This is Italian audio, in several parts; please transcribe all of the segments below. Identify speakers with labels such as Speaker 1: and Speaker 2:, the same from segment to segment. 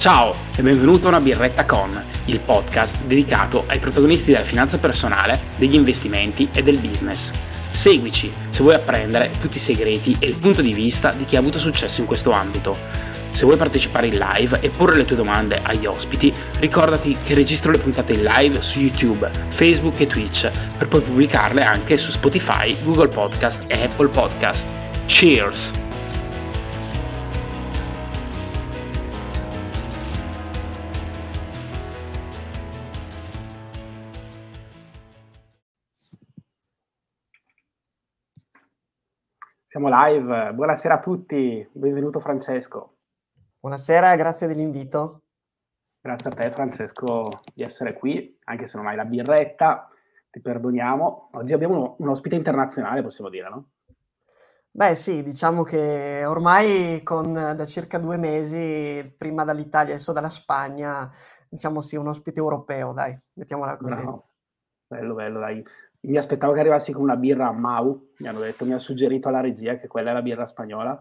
Speaker 1: Ciao e benvenuto a Una birretta con, il podcast dedicato ai protagonisti della finanza personale, degli investimenti e del business. Seguici se vuoi apprendere tutti i segreti e il punto di vista di chi ha avuto successo in questo ambito. Se vuoi partecipare in live e porre le tue domande agli ospiti, ricordati che registro le puntate in live su YouTube, Facebook e Twitch, per poi pubblicarle anche su Spotify, Google Podcast e Apple Podcast. Cheers!
Speaker 2: Siamo live, buonasera a tutti, benvenuto Francesco.
Speaker 3: Buonasera, grazie dell'invito.
Speaker 2: Grazie a te Francesco di essere qui, anche se non hai la birretta, ti perdoniamo. Oggi abbiamo un ospite internazionale, possiamo dire, no?
Speaker 3: Beh sì, diciamo che ormai da circa 2 mesi, prima dall'Italia, adesso dalla Spagna, diciamo sì, un ospite europeo, dai, mettiamola così.
Speaker 2: Bravo, bello, dai. Mi aspettavo che arrivassi con una birra a Mau, mi ha suggerito alla regia che quella è la birra spagnola.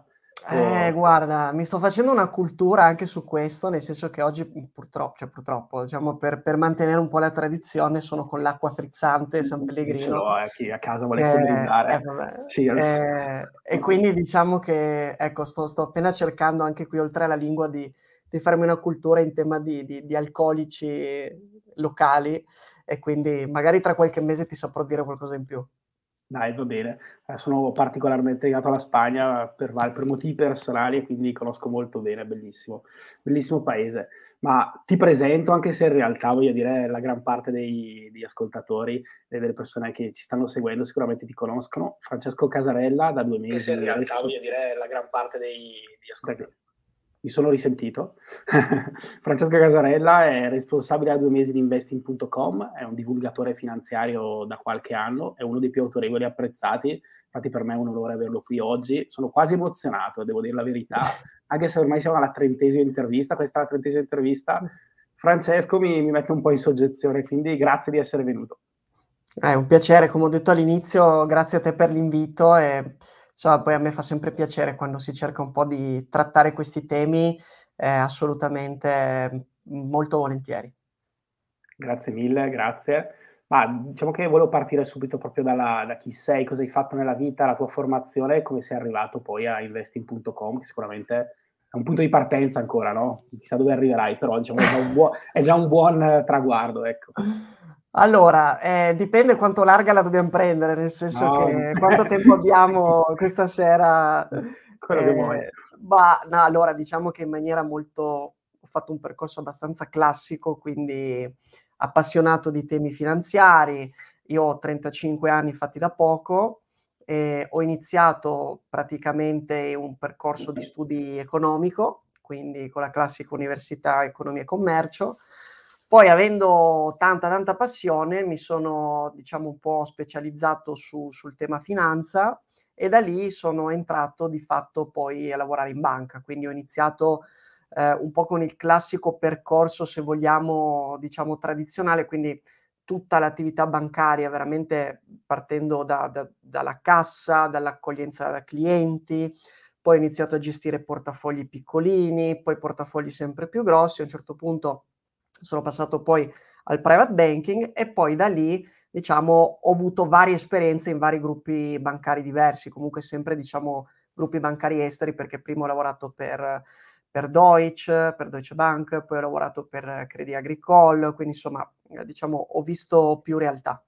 Speaker 3: Guarda, mi sto facendo una cultura anche su questo, nel senso che oggi purtroppo, diciamo per mantenere un po' la tradizione, sono con l'acqua frizzante San Pellegrino.
Speaker 2: Ce l'ho, chi a casa volesse brindare.
Speaker 3: Cheers. E quindi diciamo che, ecco, sto appena cercando anche qui, oltre alla lingua, di farmi una cultura in tema di alcolici locali, e quindi magari tra qualche mese ti saprò dire qualcosa in più.
Speaker 2: Dai, va bene. Sono particolarmente legato alla Spagna per motivi personali e quindi conosco molto bene, bellissimo paese. Ma ti presento, anche se in realtà, voglio dire, la gran parte degli ascoltatori e delle persone che ci stanno seguendo sicuramente ti conoscono. Francesco Casarella, da 2 mesi. Anche se in realtà, voglio dire, la gran parte degli ascoltatori. Mi sono risentito. Francesco Casarella è responsabile da 2 mesi di investing.com, è un divulgatore finanziario da qualche anno, è uno dei più autorevoli e apprezzati, infatti per me è un onore averlo qui oggi. Sono quasi emozionato, devo dire la verità, anche se ormai siamo alla 30ª intervista, questa è la 30ª intervista. Francesco mi mette un po' in soggezione, quindi grazie di essere venuto.
Speaker 3: È un piacere, come ho detto all'inizio, grazie a te per l'invito e insomma, poi a me fa sempre piacere quando si cerca un po' di trattare questi temi, assolutamente molto volentieri.
Speaker 2: Grazie mille, grazie. Ma diciamo che volevo partire subito proprio da chi sei, cosa hai fatto nella vita, la tua formazione e come sei arrivato poi a investing.com, che sicuramente è un punto di partenza ancora, no? Chissà dove arriverai, però diciamo è già un buon traguardo, ecco.
Speaker 3: Allora, dipende quanto larga la dobbiamo prendere, nel senso che quanto tempo abbiamo questa sera.
Speaker 2: Quello che vuoi.
Speaker 3: No, allora diciamo che in maniera ho fatto un percorso abbastanza classico, quindi appassionato di temi finanziari. Io ho 35 anni fatti da poco e ho iniziato praticamente un percorso di studi economico, quindi con la classica università Economia e Commercio. Poi, avendo tanta passione, mi sono, diciamo, un po' specializzato sul tema finanza e da lì sono entrato di fatto poi a lavorare in banca. Quindi ho iniziato un po' con il classico percorso, se vogliamo, diciamo tradizionale, quindi tutta l'attività bancaria, veramente partendo dalla cassa, dall'accoglienza da clienti. Poi ho iniziato a gestire portafogli piccolini, poi portafogli sempre più grossi. A un certo punto sono passato poi al private banking e poi da lì, diciamo, ho avuto varie esperienze in vari gruppi bancari diversi, comunque sempre, diciamo, gruppi bancari esteri, perché prima ho lavorato per Deutsche Bank, poi ho lavorato per Crédit Agricole, quindi insomma, diciamo, ho visto più realtà.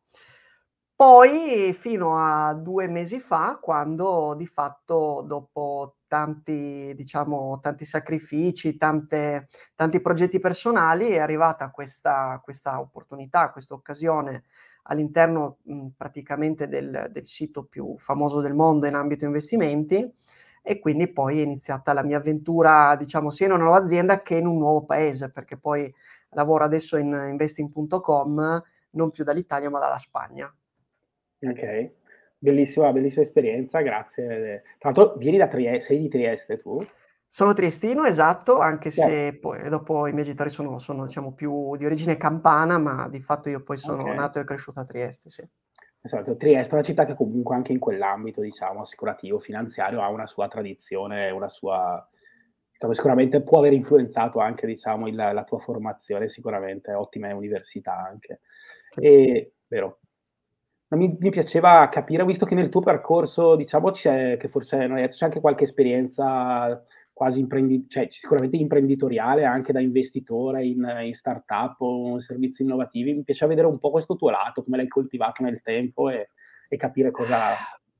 Speaker 3: Poi fino a 2 mesi fa, quando di fatto dopo tanti sacrifici, tanti progetti personali, è arrivata questa opportunità, questa occasione all'interno praticamente del sito più famoso del mondo in ambito investimenti, e quindi poi è iniziata la mia avventura, diciamo, sia in una nuova azienda che in un nuovo paese, perché poi lavoro adesso in investing.com, non più dall'Italia ma dalla Spagna.
Speaker 2: Ok, bellissima esperienza, grazie. Tra l'altro vieni da Trieste, sei di Trieste tu?
Speaker 3: Sono triestino, esatto, anche se poi dopo i miei genitori sono diciamo più di origine campana, ma di fatto io poi sono nato e cresciuto a Trieste, sì.
Speaker 2: Esatto, Trieste è una città che comunque anche in quell'ambito, diciamo, assicurativo, finanziario, ha una sua tradizione, una sua diciamo, sicuramente può aver influenzato anche, diciamo, la tua formazione, sicuramente, ottime università anche. Vero. Ma mi piaceva capire, visto che nel tuo percorso, diciamo, c'è, che forse non hai detto, c'è anche qualche esperienza quasi cioè sicuramente imprenditoriale, anche da investitore in startup o in servizi innovativi. Mi piaceva vedere un po' questo tuo lato, come l'hai coltivato nel tempo e capire cosa...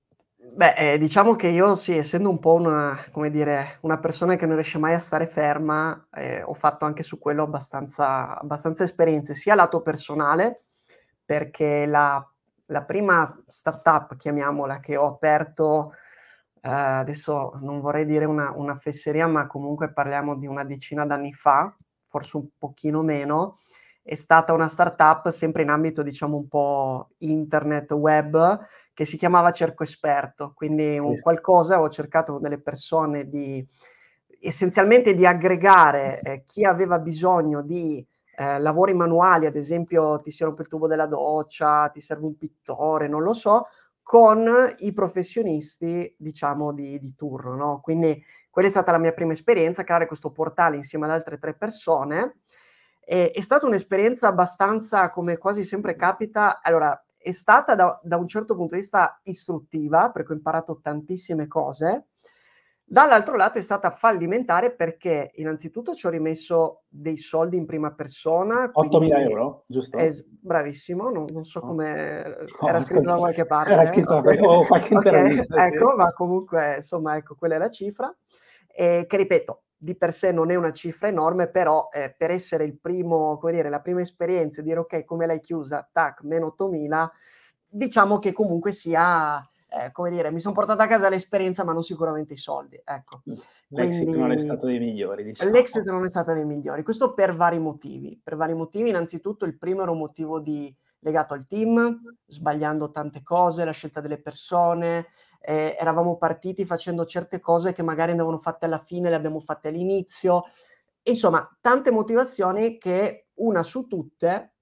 Speaker 3: Beh, diciamo che io sì, essendo un po' come dire, una persona che non riesce mai a stare ferma, ho fatto anche su quello abbastanza esperienze, sia lato personale, perché la prima startup, chiamiamola, che ho aperto, adesso non vorrei dire una fesseria, ma comunque parliamo di una decina d'anni fa, forse un pochino meno, è stata una startup sempre in ambito, diciamo, un po' internet, web, che si chiamava Cerco Esperto, quindi un qualcosa ho cercato con delle persone essenzialmente di aggregare chi aveva bisogno di lavori manuali, ad esempio ti si rompe il tubo della doccia, ti serve un pittore, non lo so, con i professionisti, diciamo, di turno, no? Quindi quella è stata la mia prima esperienza, creare questo portale insieme ad altre 3 persone. È stata un'esperienza abbastanza, come quasi sempre capita, allora, è stata da un certo punto di vista istruttiva, perché ho imparato tantissime cose. Dall'altro lato è stata fallimentare perché innanzitutto ci ho rimesso dei soldi in prima persona,
Speaker 2: 8.000
Speaker 3: quindi
Speaker 2: euro, giusto?
Speaker 3: Bravissimo, non so
Speaker 2: No.
Speaker 3: come
Speaker 2: No,
Speaker 3: era scritto da qualche
Speaker 2: era
Speaker 3: parte.
Speaker 2: scritto
Speaker 3: Okay.
Speaker 2: o qualche
Speaker 3: Okay,
Speaker 2: intervista, sì.
Speaker 3: ecco, ma comunque insomma, ecco, quella è la cifra. Che ripeto, di per sé non è una cifra enorme, però, per essere il primo, come dire, la prima esperienza e dire: "Okay, come l'hai chiusa?" Tac, meno 8.000, diciamo che comunque sia, come dire, mi son portata a casa l'esperienza, ma non sicuramente i soldi, ecco.
Speaker 2: L'exit non è
Speaker 3: Quindi
Speaker 2: stato dei migliori,
Speaker 3: l'exit
Speaker 2: diciamo.
Speaker 3: non è stata dei migliori. Questo per vari motivi. Per vari motivi, innanzitutto il primo era un motivo legato al team, sbagliando tante cose, la scelta delle persone, eravamo partiti facendo certe cose che magari andavano fatte alla fine, le abbiamo fatte all'inizio. Insomma, tante motivazioni che, una su tutte,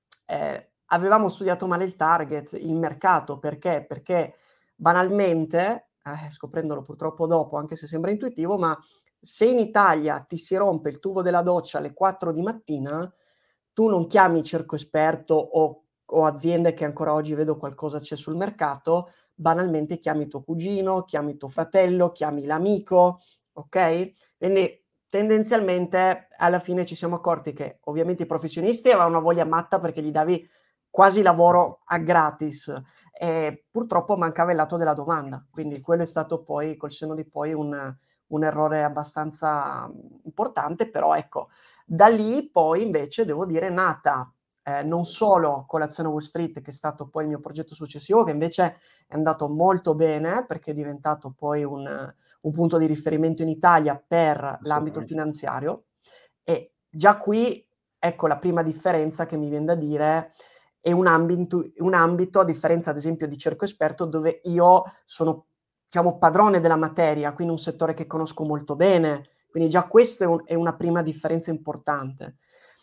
Speaker 3: avevamo studiato male il target, il mercato. Perché? Perché banalmente, scoprendolo purtroppo dopo, anche se sembra intuitivo, ma se in Italia ti si rompe il tubo della doccia alle 4 di mattina, tu non chiami Cerco Esperto o aziende che ancora oggi vedo qualcosa c'è sul mercato, banalmente chiami tuo cugino, chiami tuo fratello, chiami l'amico, okay? Quindi tendenzialmente alla fine ci siamo accorti che ovviamente i professionisti avevano una voglia matta perché gli davi quasi lavoro a gratis, e purtroppo mancava il lato della domanda. Quindi quello è stato poi, col senno di poi, un errore abbastanza importante, però ecco, da lì poi invece devo dire è nata non solo Colazione Wall Street, che è stato poi il mio progetto successivo, che invece è andato molto bene perché è diventato poi un punto di riferimento in Italia per l'ambito finanziario, e già qui ecco la prima differenza che mi vien da dire, è un ambito, a differenza ad esempio di Cerco Esperto, dove io sono, diciamo, padrone della materia, quindi un settore che conosco molto bene, quindi già questo è una prima differenza importante.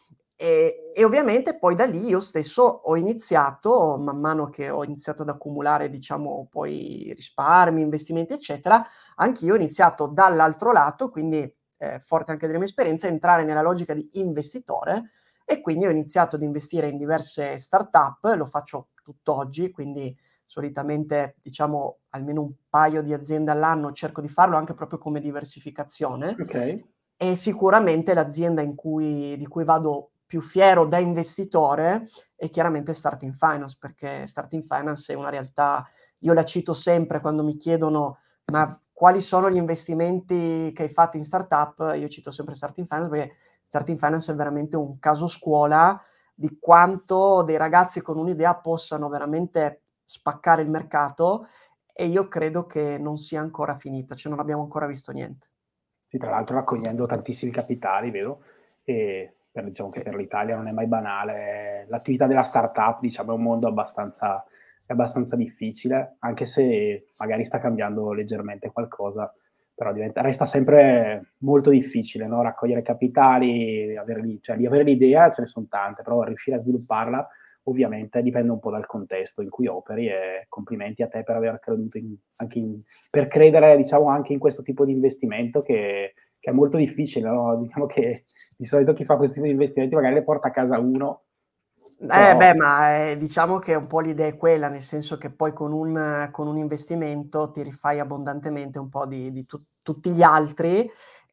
Speaker 3: E ovviamente poi da lì io stesso ho iniziato, man mano che ho iniziato ad accumulare, diciamo, poi risparmi, investimenti, eccetera, anch'io ho iniziato dall'altro lato, quindi forte anche delle mie esperienze, a entrare nella logica di investitore, e quindi ho iniziato ad investire in diverse startup, lo faccio tutt'oggi, quindi solitamente, diciamo, almeno un paio di aziende all'anno cerco di farlo, anche proprio come diversificazione.
Speaker 2: Okay.
Speaker 3: E sicuramente l'azienda di cui vado più fiero da investitore è chiaramente Starting Finance, perché Starting Finance è una realtà, io la cito sempre quando mi chiedono: "Ma quali sono gli investimenti che hai fatto in startup?" Io cito sempre Starting Finance, perché Starting Finance è veramente un caso scuola di quanto dei ragazzi con un'idea possano veramente spaccare il mercato, e io credo che non sia ancora finita, cioè non abbiamo ancora visto niente.
Speaker 2: Sì, tra l'altro raccogliendo tantissimi capitali, vedo, e diciamo che
Speaker 3: Sì.
Speaker 2: per l'Italia non è mai banale. L'attività della startup, diciamo, è un mondo abbastanza difficile, anche se magari sta cambiando leggermente qualcosa, però resta sempre molto difficile, no? Raccogliere capitali, cioè, di avere l'idea ce ne sono tante, però riuscire a svilupparla ovviamente dipende un po' dal contesto in cui operi, e complimenti a te per aver creduto per credere, diciamo, anche in questo tipo di investimento che che è molto difficile, no? Diciamo che di solito chi fa questo tipo di investimenti magari le porta a casa uno. Però...
Speaker 3: ma diciamo che un po' l'idea è quella, nel senso che poi con un investimento ti rifai abbondantemente un po' di tutti gli altri,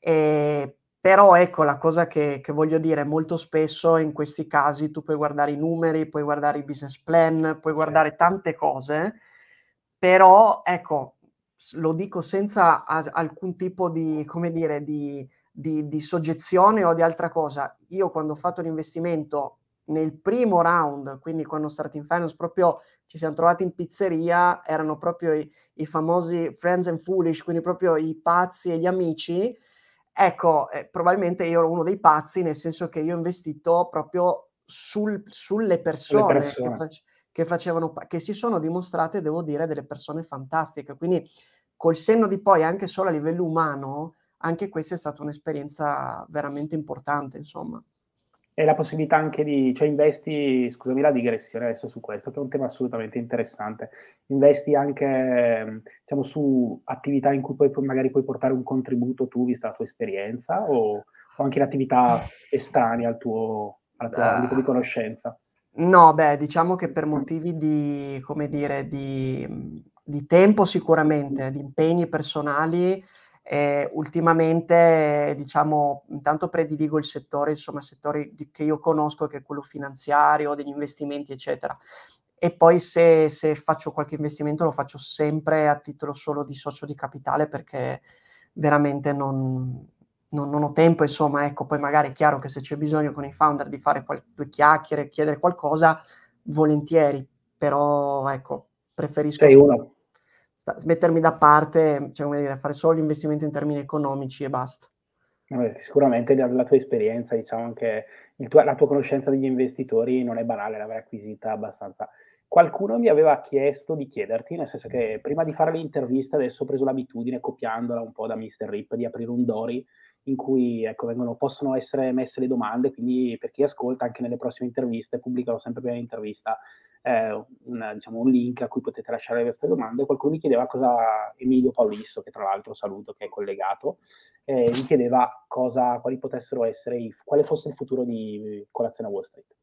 Speaker 3: però ecco la cosa che voglio dire, molto spesso in questi casi tu puoi guardare i numeri, puoi guardare i business plan, puoi guardare tante cose, però ecco, lo dico senza alcun tipo di, come dire, di soggezione o di altra cosa. Io quando ho fatto l'investimento nel primo round, quindi quando Starting Finance proprio ci siamo trovati in pizzeria, erano proprio i famosi friends and foolish, quindi proprio i pazzi e gli amici. Ecco, probabilmente io ero uno dei pazzi, nel senso che io ho investito proprio sulle persone che facevano, che si sono dimostrate, devo dire, delle persone fantastiche. Quindi col senno di poi, anche solo a livello umano, anche questa è stata un'esperienza veramente importante, insomma.
Speaker 2: E la possibilità anche di, cioè investi, scusami la digressione adesso su questo, che è un tema assolutamente interessante, investi anche, diciamo, su attività in cui magari puoi portare un contributo tu, vista la tua esperienza, o anche in attività estranee al tuo ambito di conoscenza?
Speaker 3: No, beh, diciamo che per motivi di, come dire, di tempo sicuramente, di impegni personali, ultimamente, diciamo, intanto prediligo il settore, insomma, settori che io conosco, che è quello finanziario, degli investimenti, eccetera. E poi se faccio qualche investimento lo faccio sempre a titolo solo di socio di capitale, perché veramente non ho tempo, insomma, ecco, poi magari è chiaro che se c'è bisogno con i founder di fare due chiacchiere, chiedere qualcosa, volentieri, però ecco, preferisco
Speaker 2: Sei uno,
Speaker 3: mettermi da parte, cioè come dire, fare solo l'investimento in termini economici e basta.
Speaker 2: sicuramente dalla tua esperienza, diciamo anche la tua conoscenza degli investitori non è banale, l'avrei acquisita abbastanza. Qualcuno mi aveva chiesto di chiederti, nel senso che prima di fare l'intervista adesso ho preso l'abitudine, copiandola un po' da Mr. Rip, di aprire un Dory in cui ecco, possono essere messe le domande, quindi per chi ascolta anche nelle prossime interviste, pubblicherò sempre prima dell'intervista diciamo, un link a cui potete lasciare le vostre domande. Qualcuno mi chiedeva Emilio Paulisso, che tra l'altro saluto, che è collegato, mi chiedeva quali potessero essere, quale fosse il futuro di Colazione a Wall Street.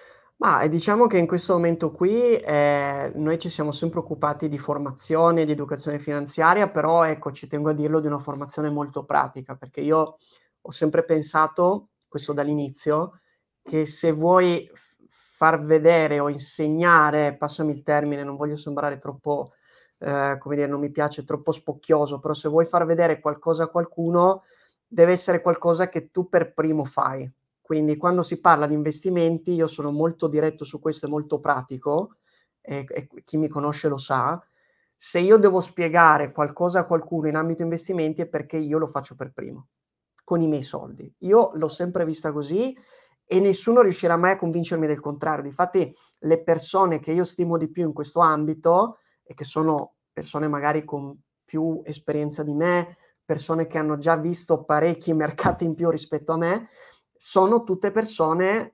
Speaker 3: Ma diciamo che in questo momento qui noi ci siamo sempre occupati di formazione, di educazione finanziaria, però ecco, ci tengo a dirlo, di una formazione molto pratica, perché io ho sempre pensato, questo dall'inizio, che se vuoi far vedere o insegnare, passami il termine, non voglio sembrare troppo, come dire, non mi piace, troppo spocchioso, però se vuoi far vedere qualcosa a qualcuno, deve essere qualcosa che tu per primo fai. Quindi quando si parla di investimenti io sono molto diretto su questo e molto pratico, e chi mi conosce lo sa. Se io devo spiegare qualcosa a qualcuno in ambito investimenti è perché io lo faccio per primo, con i miei soldi. Io l'ho sempre vista così e nessuno riuscirà mai a convincermi del contrario. Difatti le persone che io stimo di più in questo ambito, e che sono persone magari con più esperienza di me, persone che hanno già visto parecchi mercati in più rispetto a me, sono tutte persone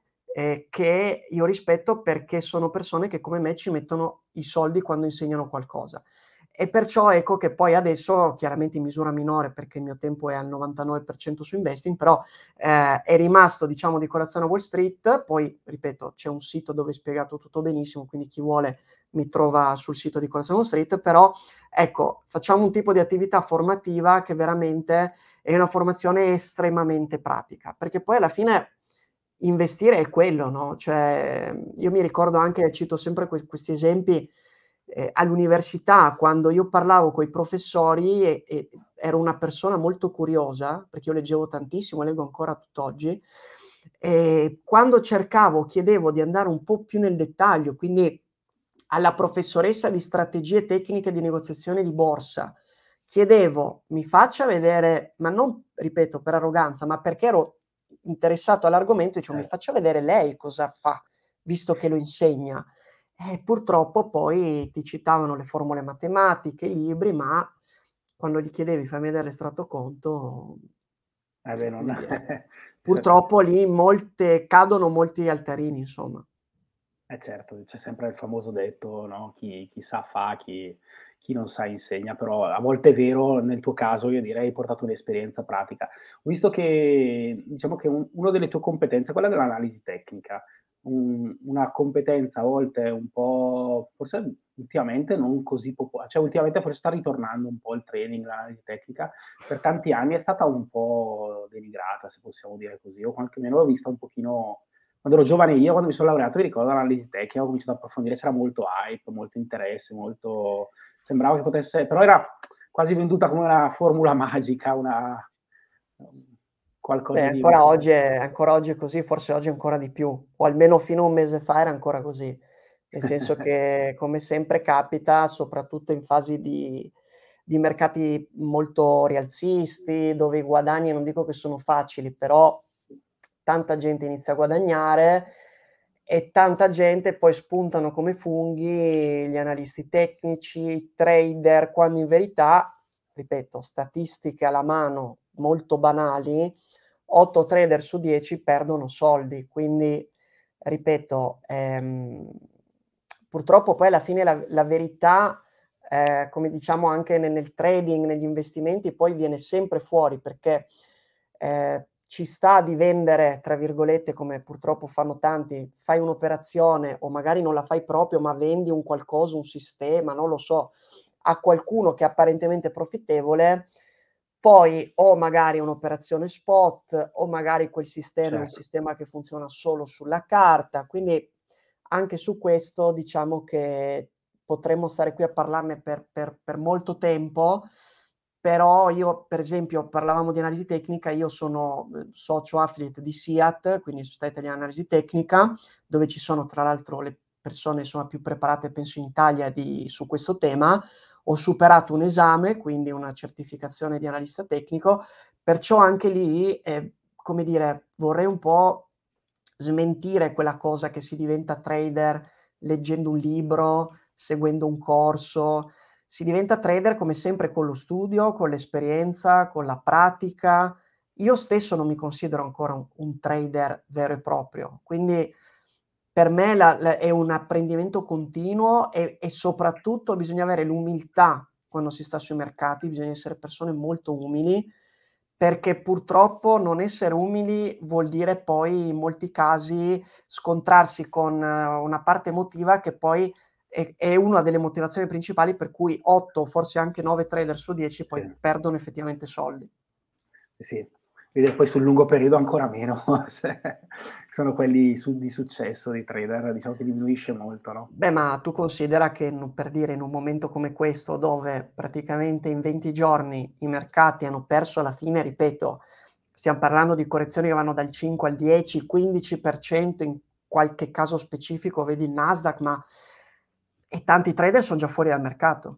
Speaker 3: che io rispetto, perché sono persone che come me ci mettono i soldi quando insegnano qualcosa. E perciò ecco che poi adesso, chiaramente in misura minore, perché il mio tempo è al 99% su investing, però è rimasto, diciamo, di Colazione a Wall Street. Poi, ripeto, c'è un sito dove è spiegato tutto benissimo, quindi chi vuole mi trova sul sito di Colazione a Wall Street, però ecco, facciamo un tipo di attività formativa che veramente è una formazione estremamente pratica, perché poi alla fine investire è quello, no? Cioè, io mi ricordo anche, cito sempre questi esempi, all'università, quando io parlavo coi professori e ero una persona molto curiosa, perché io leggevo tantissimo, leggo ancora tutt'oggi, e quando chiedevo di andare un po' più nel dettaglio, quindi alla professoressa di strategie tecniche di negoziazione di borsa, chiedevo, mi faccia vedere, ma non, ripeto, per arroganza, ma perché ero interessato all'argomento, dicevo, mi faccia vedere lei cosa fa, visto che lo insegna. E purtroppo poi ti citavano le formule matematiche, i libri, ma quando gli chiedevi fammi vedere l'estratto conto, purtroppo lì cadono molti altarini, insomma.
Speaker 2: Certo, c'è sempre il famoso detto, no, chi sa fa, chi non sa insegna, però a volte è vero, nel tuo caso io direi hai portato un'esperienza pratica. Ho visto che diciamo che una delle tue competenze è quella dell'analisi tecnica, una competenza a volte un po' forse ultimamente non così cioè ultimamente forse sta ritornando un po' il trading, l'analisi tecnica, per tanti anni è stata un po' denigrata, se possiamo dire così, o quantomeno l'ho vista un pochino quando ero giovane io, quando mi sono laureato, mi ricordo l'analisi tecnica, ho cominciato ad approfondire, c'era molto hype, molto interesse, molto sembrava che potesse, però era quasi venduta come una formula magica, una qualcosa di
Speaker 3: Ancora oggi è così, forse oggi ancora di più, o almeno fino a un mese fa era ancora così. Nel senso che, come sempre capita, soprattutto in fasi di mercati molto rialzisti, dove i guadagni non dico che sono facili, però tanta gente inizia a guadagnare e tanta gente poi spuntano come funghi gli analisti tecnici, i trader, quando in verità, ripeto, statistiche alla mano molto banali, 8 trader su 10 perdono soldi, quindi ripeto, purtroppo poi alla fine la verità, come diciamo anche nel trading, negli investimenti, poi viene sempre fuori perché ci sta di vendere, tra virgolette, come purtroppo fanno tanti, fai un'operazione o magari non la fai proprio, ma vendi un qualcosa, un sistema, non lo so, a qualcuno che è apparentemente profittevole, poi o magari un'operazione spot o magari quel sistema è un
Speaker 2: certo.
Speaker 3: sistema che funziona solo sulla carta, quindi anche su questo diciamo che potremmo stare qui a parlarne per molto tempo, però io per esempio parlavamo di analisi tecnica, io sono socio affiliate di SIAT, quindi Società Italiana Analisi Tecnica, dove ci sono tra l'altro le persone insomma più preparate penso in Italia su questo tema. Ho superato un esame, quindi una certificazione di analista tecnico, perciò anche lì, come dire, vorrei un po' smentire quella cosa che si diventa trader leggendo un libro, seguendo un corso. Si diventa trader come sempre con lo studio, con l'esperienza, con la pratica. Io stesso non mi considero ancora un trader vero e proprio, quindi per me è un apprendimento continuo e soprattutto bisogna avere l'umiltà quando si sta sui mercati, bisogna essere persone molto umili, perché purtroppo non essere umili vuol dire poi in molti casi scontrarsi con una parte emotiva che poi è una delle motivazioni principali per cui 8, forse anche 9 trader su 10 poi
Speaker 2: Sì.
Speaker 3: perdono effettivamente soldi.
Speaker 2: Sì, vedere poi sul lungo periodo ancora meno, se sono quelli di successo dei trader, diciamo che diminuisce molto, no?
Speaker 3: Beh, ma tu considera che per dire in un momento come questo, dove praticamente in 20 giorni i mercati hanno perso alla fine, ripeto, stiamo parlando di correzioni che vanno dal 5 al 10, 15%, in qualche caso specifico, vedi il Nasdaq, ma e tanti trader sono già fuori dal mercato.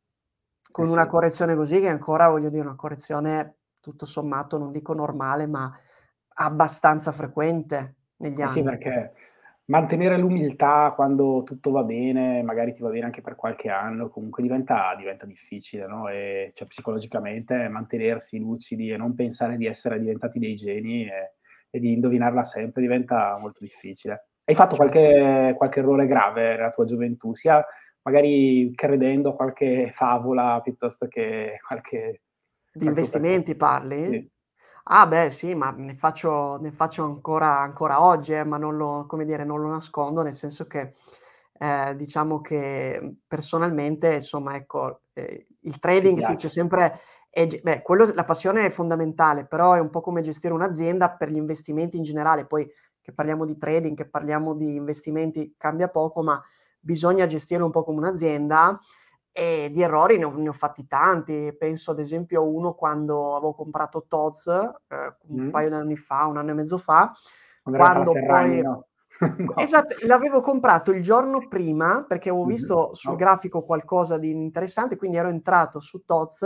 Speaker 2: Eh
Speaker 3: Con una
Speaker 2: sì.
Speaker 3: correzione così, che ancora, voglio dire, una correzione tutto sommato, non dico normale, ma abbastanza frequente negli
Speaker 2: Eh sì,
Speaker 3: anni.
Speaker 2: perché mantenere l'umiltà quando tutto va bene, magari ti va bene anche per qualche anno, comunque diventa difficile, no, cioè psicologicamente mantenersi lucidi e non pensare di essere diventati dei geni e di indovinarla sempre diventa molto difficile. Hai fatto
Speaker 3: Cioè,
Speaker 2: qualche errore grave nella tua gioventù, sia magari credendo a qualche favola piuttosto che
Speaker 3: di
Speaker 2: qualche operazione?
Speaker 3: investimenti parli?
Speaker 2: Sì,
Speaker 3: Ah beh sì, ma ne faccio ancora oggi, ma non lo come dire, non lo nascondo, nel senso che, diciamo che personalmente, insomma, ecco, il
Speaker 2: ti
Speaker 3: trading si dice
Speaker 2: piace.
Speaker 3: sempre quello la passione è fondamentale, però è un po' come gestire un'azienda per gli investimenti in generale, poi che parliamo di trading, che parliamo di investimenti cambia poco, ma bisogna gestirlo un po' come un'azienda. E di errori ne ho fatti tanti. Penso ad esempio a uno quando avevo comprato Tozz, un
Speaker 2: Mh.
Speaker 3: paio d'anni fa, 1 anno e mezzo fa,
Speaker 2: Quando era ancora
Speaker 3: quando
Speaker 2: Ferragni,
Speaker 3: poi
Speaker 2: no? No.
Speaker 3: esatto, l'avevo comprato il giorno prima, perché avevo
Speaker 2: Mh-mh.
Speaker 3: visto sul
Speaker 2: Oh,
Speaker 3: grafico qualcosa di interessante, quindi ero entrato su Tozz.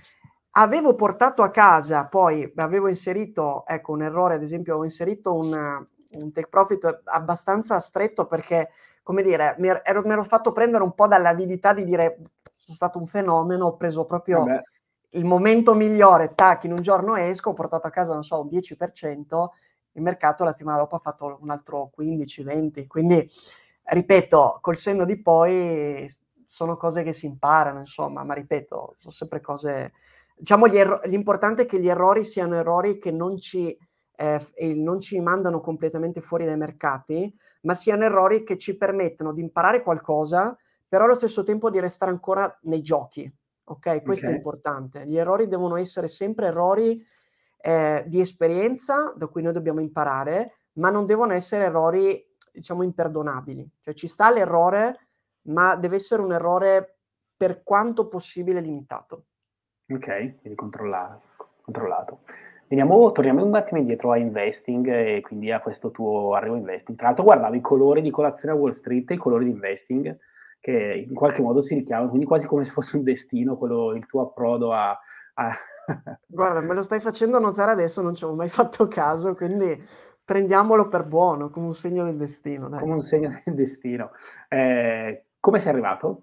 Speaker 3: Avevo portato a casa, poi avevo inserito, ecco, un errore, ad esempio avevo inserito un take profit abbastanza stretto perché, come dire, m'ero fatto prendere un po' dall'avidità di dire: "Sono stato un fenomeno, ho preso proprio
Speaker 2: vabbè,
Speaker 3: il momento migliore, tac, in un giorno esco, ho portato a casa, non so, un 10%, il mercato la settimana dopo ha fatto un altro 15, 20, quindi ripeto, col senno di poi sono cose che si imparano, insomma, ma ripeto, sono sempre cose... Diciamo, l'importante è che gli errori siano errori che non ci mandano completamente fuori dai mercati, ma siano errori che ci permettono di imparare qualcosa, però allo stesso tempo di restare ancora nei giochi. Ok? Questo è importante. Gli errori devono essere sempre errori di esperienza da cui noi dobbiamo imparare, ma non devono essere errori, diciamo, imperdonabili. Cioè ci sta l'errore, ma deve essere un errore per quanto possibile limitato.
Speaker 2: Ok, quindi controllato. Torniamo un attimo indietro a investing e quindi a questo tuo arrivo a investing. Tra l'altro guardavo i colori di colazione a Wall Street e i colori di investing che in qualche modo si richiamano, quindi quasi come se fosse un destino, il tuo approdo a...
Speaker 3: Guarda, me lo stai facendo notare adesso, non ci avevo mai fatto caso, quindi prendiamolo per buono, come un segno del destino. Dai.
Speaker 2: Come un segno del destino. Come sei arrivato?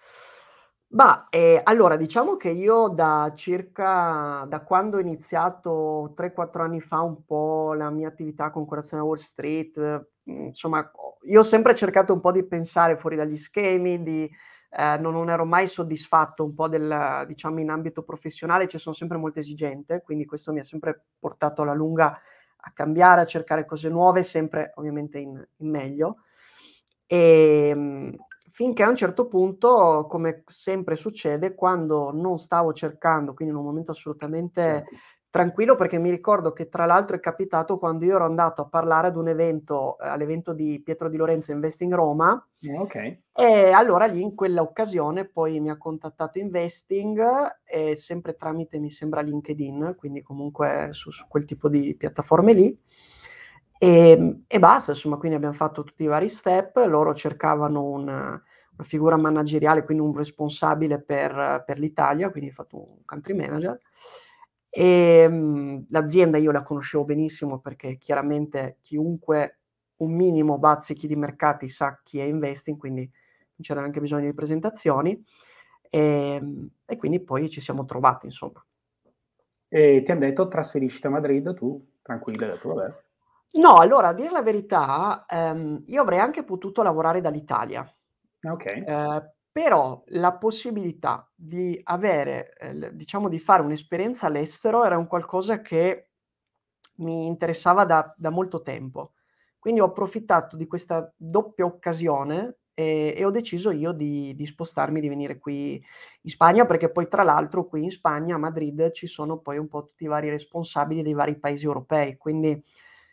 Speaker 3: Allora, diciamo che io da quando ho iniziato 3-4 anni fa un po' la mia attività con Colazione a Wall Street, insomma, io ho sempre cercato un po' di pensare fuori dagli schemi, non ero mai soddisfatto un po' diciamo, in ambito professionale, ci sono sempre molto esigente, quindi questo mi ha sempre portato alla lunga a cambiare, a cercare cose nuove, sempre ovviamente in meglio. Finché a un certo punto, come sempre succede, quando non stavo cercando, quindi in un momento assolutamente tranquillo, perché mi ricordo che tra l'altro è capitato quando io ero andato a parlare ad un evento, all'evento di Pietro Di Lorenzo Investing Roma, e allora lì in quell'occasione poi mi ha contattato Investing, sempre tramite, mi sembra, LinkedIn, quindi comunque su quel tipo di piattaforme lì. E basta, insomma, quindi abbiamo fatto tutti i vari step, loro cercavano una figura manageriale, quindi un responsabile per l'Italia, quindi ho fatto un country manager. L'azienda io la conoscevo benissimo perché chiaramente chiunque un minimo bazzichi di mercati sa chi è Investing, quindi non c'era neanche bisogno di presentazioni, e quindi poi ci siamo trovati, insomma.
Speaker 2: E ti hanno detto trasferisciti a Madrid, tu tranquillo, hai detto vabbè.
Speaker 3: No, allora, a dire la verità, io avrei anche potuto lavorare dall'Italia. Però la possibilità di avere, diciamo, di fare un'esperienza all'estero era un qualcosa che mi interessava da molto tempo. Quindi ho approfittato di questa doppia occasione e ho deciso io di spostarmi, di venire qui in Spagna, perché poi tra l'altro qui in Spagna, a Madrid, ci sono poi un po' tutti i vari responsabili dei vari paesi europei, quindi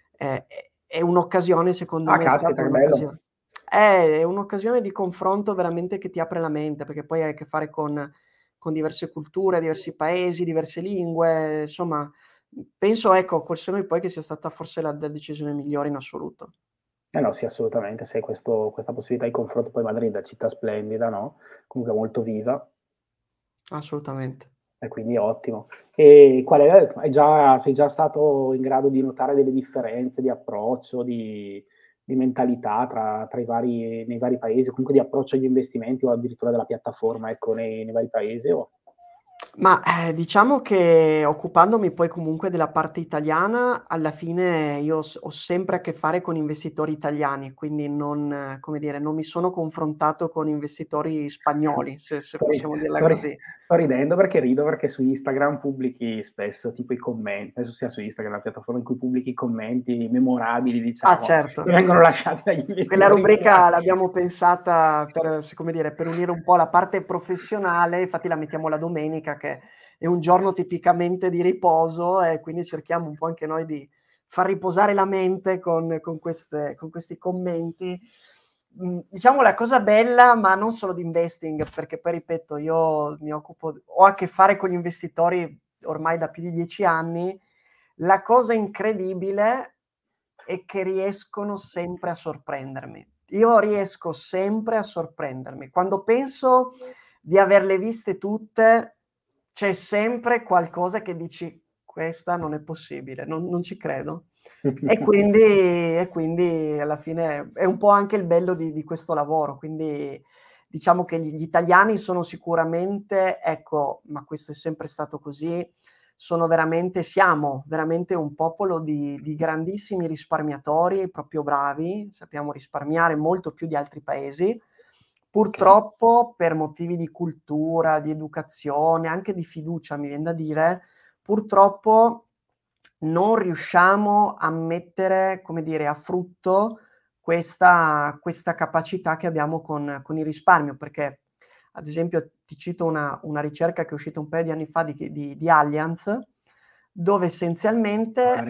Speaker 3: è un'occasione, secondo me, è stata
Speaker 2: Caspita, che bello.
Speaker 3: un'occasione. È un'occasione di confronto veramente che ti apre la mente, perché poi hai a che fare con diverse culture, diversi paesi, diverse lingue, insomma, penso, ecco, col senno di poi che sia stata forse la decisione migliore in assoluto.
Speaker 2: No, sì, assolutamente, se hai questa possibilità di confronto, poi Madrid è città splendida, no? Comunque molto viva.
Speaker 3: Assolutamente.
Speaker 2: E quindi ottimo. E sei già stato in grado di notare delle differenze di approccio, di mentalità nei vari paesi, o comunque di approccio agli investimenti o addirittura della piattaforma, ecco, nei vari paesi?
Speaker 3: Ma diciamo che occupandomi poi comunque della parte italiana, alla fine io ho sempre a che fare con investitori italiani, quindi non, come dire, non mi sono confrontato con investitori spagnoli, se possiamo dirla così.
Speaker 2: Sto ridendo perché su Instagram pubblichi spesso tipo i commenti, penso sia su Instagram la piattaforma in cui pubblichi i commenti memorabili, diciamo,
Speaker 3: Certo.
Speaker 2: che vengono lasciati dagli investitori.
Speaker 3: Quella rubrica l'abbiamo pensata per unire un po' la parte professionale, infatti la mettiamo la domenica, che è un giorno tipicamente di riposo, e quindi cerchiamo un po' anche noi di far riposare la mente con questi commenti. Diciamo la cosa bella, ma non solo di investing, perché poi ripeto, io ho a che fare con gli investitori ormai da più di 10 anni, la cosa incredibile è che riescono sempre a sorprendermi. Io riesco sempre a sorprendermi. Quando penso di averle viste tutte, c'è sempre qualcosa che dici, questa non è possibile, non ci credo. E quindi alla fine è un po' anche il bello di questo lavoro. Quindi diciamo che gli italiani sono sicuramente, ecco, ma questo è sempre stato così, siamo veramente un popolo di grandissimi risparmiatori, proprio bravi, sappiamo risparmiare molto più di altri paesi. Purtroppo per motivi di cultura, di educazione, anche di fiducia, mi viene da dire, purtroppo non riusciamo a mettere, come dire, a frutto questa capacità che abbiamo con il risparmio, perché ad esempio ti cito una ricerca che è uscita un paio di anni fa di Allianz, dove essenzialmente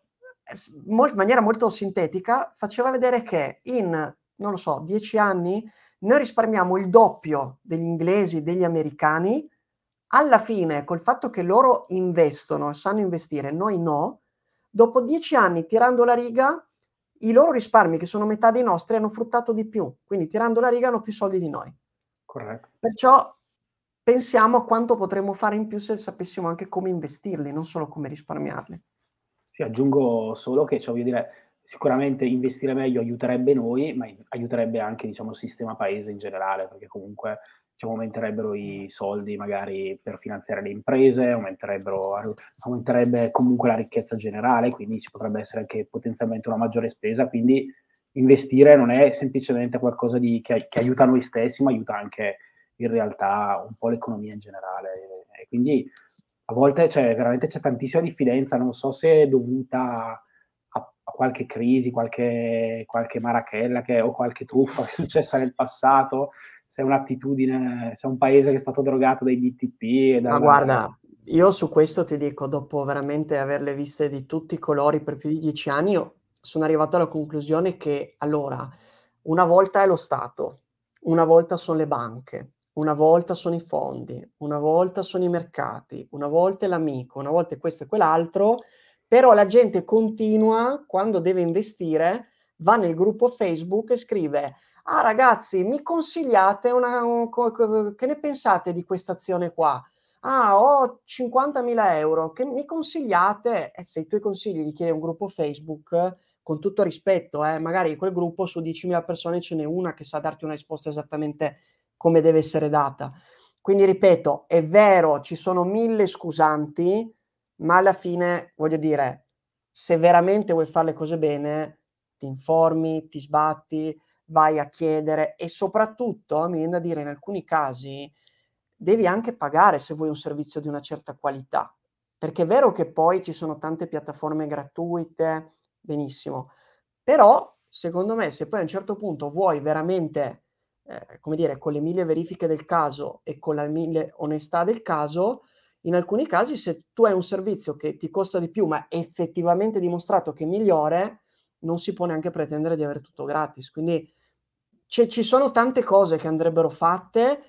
Speaker 3: in maniera molto sintetica faceva vedere che in, non lo so, 10 anni noi risparmiamo il doppio degli inglesi, degli americani. Alla fine, col fatto che loro investono, sanno investire, noi no, dopo 10 anni tirando la riga, i loro risparmi, che sono metà dei nostri, hanno fruttato di più. Quindi tirando la riga hanno più soldi di noi.
Speaker 2: Corretto.
Speaker 3: Perciò pensiamo a quanto potremmo fare in più se sapessimo anche come investirli, non solo come risparmiarli.
Speaker 2: Sì, aggiungo solo che, cioè, voglio dire, sicuramente investire meglio aiuterebbe noi, ma aiuterebbe anche, diciamo, il sistema paese in generale, perché comunque, diciamo, aumenterebbero i soldi magari per finanziare le imprese, aumenterebbe comunque la ricchezza generale, quindi ci potrebbe essere anche potenzialmente una maggiore spesa, quindi investire non è semplicemente qualcosa che aiuta noi stessi, ma aiuta anche in realtà un po' l'economia in generale. E quindi a volte veramente c'è tantissima diffidenza, non so se è dovuta a qualche crisi, qualche marachella o qualche truffa che è successa nel passato, se è un'attitudine, se è un paese che è stato drogato dai BTP.
Speaker 3: Ma guarda, io su questo ti dico, dopo veramente averle viste di tutti i colori per più di 10 anni, io sono arrivato alla conclusione che, allora, una volta è lo Stato, una volta sono le banche, una volta sono i fondi, una volta sono i mercati, una volta è l'amico, una volta è questo e quell'altro, però la gente continua, quando deve investire, va nel gruppo Facebook e scrive: ah ragazzi, mi consigliate che ne pensate di questa azione qua? Ah, ho 50.000 euro, che mi consigliate? Se i tuoi consigli li chiede un gruppo Facebook, con tutto rispetto, magari in quel gruppo su 10.000 persone ce n'è una che sa darti una risposta esattamente come deve essere data. Quindi ripeto, è vero, ci sono 1000 scusanti, ma alla fine, voglio dire, se veramente vuoi fare le cose bene, ti informi, ti sbatti, vai a chiedere e soprattutto, mi viene da dire, in alcuni casi devi anche pagare se vuoi un servizio di una certa qualità, perché è vero che poi ci sono tante piattaforme gratuite, benissimo, però secondo me se poi a un certo punto vuoi veramente, come dire, con le 1000 verifiche del caso e con la 1000 onestà del caso, in alcuni casi se tu hai un servizio che ti costa di più ma è effettivamente dimostrato che è migliore, non si può neanche pretendere di avere tutto gratis. Quindi ci sono tante cose che andrebbero fatte.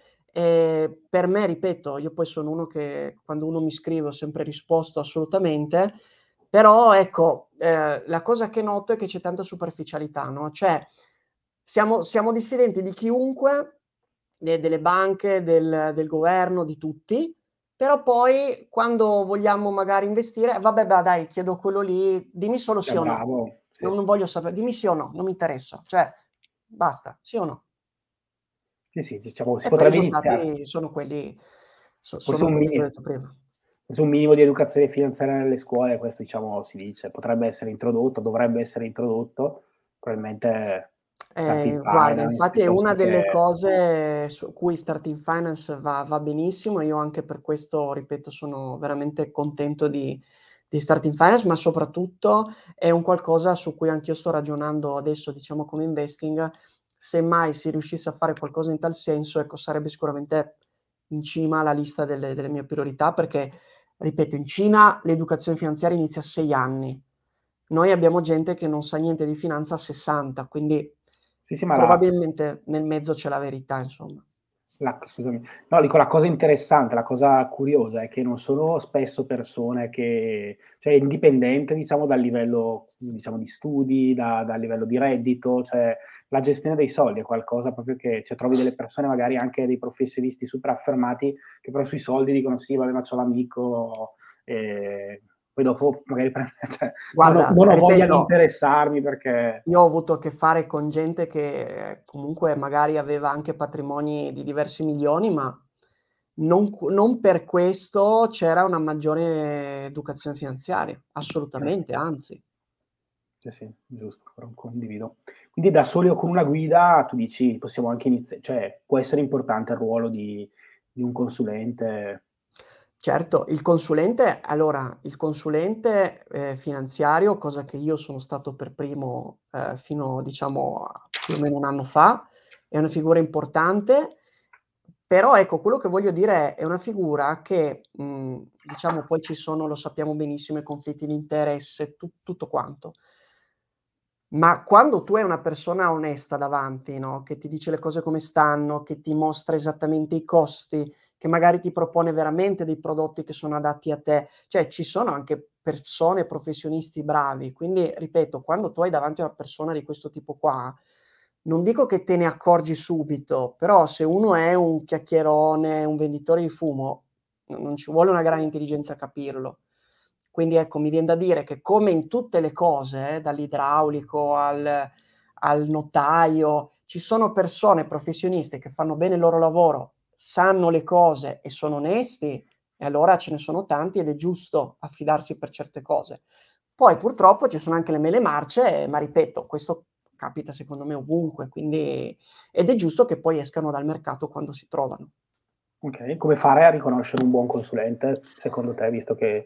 Speaker 3: Per me, ripeto, io poi sono uno che quando uno mi scrive ho sempre risposto assolutamente, però ecco, la cosa che noto è che c'è tanta superficialità, no? Cioè, siamo diffidenti di chiunque, delle banche, del governo, di tutti, però poi quando vogliamo magari investire, vabbè, dai, chiedo quello lì, dimmi solo sì o no.
Speaker 2: Bravo, sì.
Speaker 3: Non voglio sapere, dimmi sì o no, non mi interessa. Cioè, basta, sì o no?
Speaker 2: Sì, diciamo, si
Speaker 3: E poi i
Speaker 2: potrebbe iniziare.
Speaker 3: risultati sono quelli,
Speaker 2: Forse
Speaker 3: sono quelli che ho detto prima.
Speaker 2: un minimo di educazione finanziaria nelle scuole, questo diciamo si dice, potrebbe essere introdotto, dovrebbe essere introdotto, probabilmente Starting
Speaker 3: Guarda,
Speaker 2: Finance
Speaker 3: infatti è una
Speaker 2: piuttosto
Speaker 3: delle
Speaker 2: che...
Speaker 3: cose su cui Starting Finance va benissimo. Io anche per questo, ripeto, sono veramente contento di Starting Finance, ma soprattutto è un qualcosa su cui anch'io sto ragionando adesso, diciamo come investing. Se mai si riuscisse a fare qualcosa in tal senso, ecco, sarebbe sicuramente in cima alla lista delle mie priorità, perché, ripeto, in Cina l'educazione finanziaria inizia a 6 anni. Noi abbiamo gente che non sa niente di finanza a 60, quindi
Speaker 2: Sì, ma
Speaker 3: probabilmente nel mezzo c'è la verità, insomma.
Speaker 2: scusami. No, dico, la cosa interessante, la cosa curiosa è che non sono spesso persone che, cioè indipendente, diciamo, dal livello, diciamo, di studi, dal livello di reddito, cioè la gestione dei soldi è qualcosa proprio che, cioè, trovi delle persone, magari anche dei professionisti super affermati, che però sui soldi dicono sì, vabbè, ma c'ho l'amico, poi dopo magari cioè,
Speaker 3: Guarda,
Speaker 2: non ho voglia di
Speaker 3: ripeto,
Speaker 2: interessarmi perché...
Speaker 3: io ho avuto a che fare con gente che comunque magari aveva anche patrimoni di diversi milioni, ma non per questo c'era una maggiore educazione finanziaria, assolutamente, anzi.
Speaker 2: Sì, giusto, condivido. Quindi da soli o con una guida, tu dici, possiamo anche cioè può essere importante il ruolo di un consulente?
Speaker 3: Certo, il consulente finanziario, cosa che io sono stato per primo, fino diciamo a più o meno 1 anno fa, è una figura importante, però ecco, quello che voglio dire è una figura che, diciamo poi ci sono, lo sappiamo benissimo, i conflitti di interesse, tutto quanto. Ma quando tu hai una persona onesta davanti, no, che ti dice le cose come stanno, che ti mostra esattamente i costi, che magari ti propone veramente dei prodotti che sono adatti a te, cioè ci sono anche persone, professionisti bravi. Quindi, ripeto, quando tu hai davanti una persona di questo tipo qua, non dico che te ne accorgi subito, però se uno è un chiacchierone, un venditore di fumo, non ci vuole una grande intelligenza a capirlo. Quindi ecco, mi vien da dire che come in tutte le cose, dall'idraulico al notaio, ci sono persone professioniste che fanno bene il loro lavoro, sanno le cose e sono onesti, e allora ce ne sono tanti ed è giusto affidarsi per certe cose. Poi purtroppo ci sono anche le mele marce, ma ripeto, questo capita secondo me ovunque, quindi ed è giusto che poi escano dal mercato quando si trovano.
Speaker 2: Okay, come fare a riconoscere un buon consulente secondo te, visto che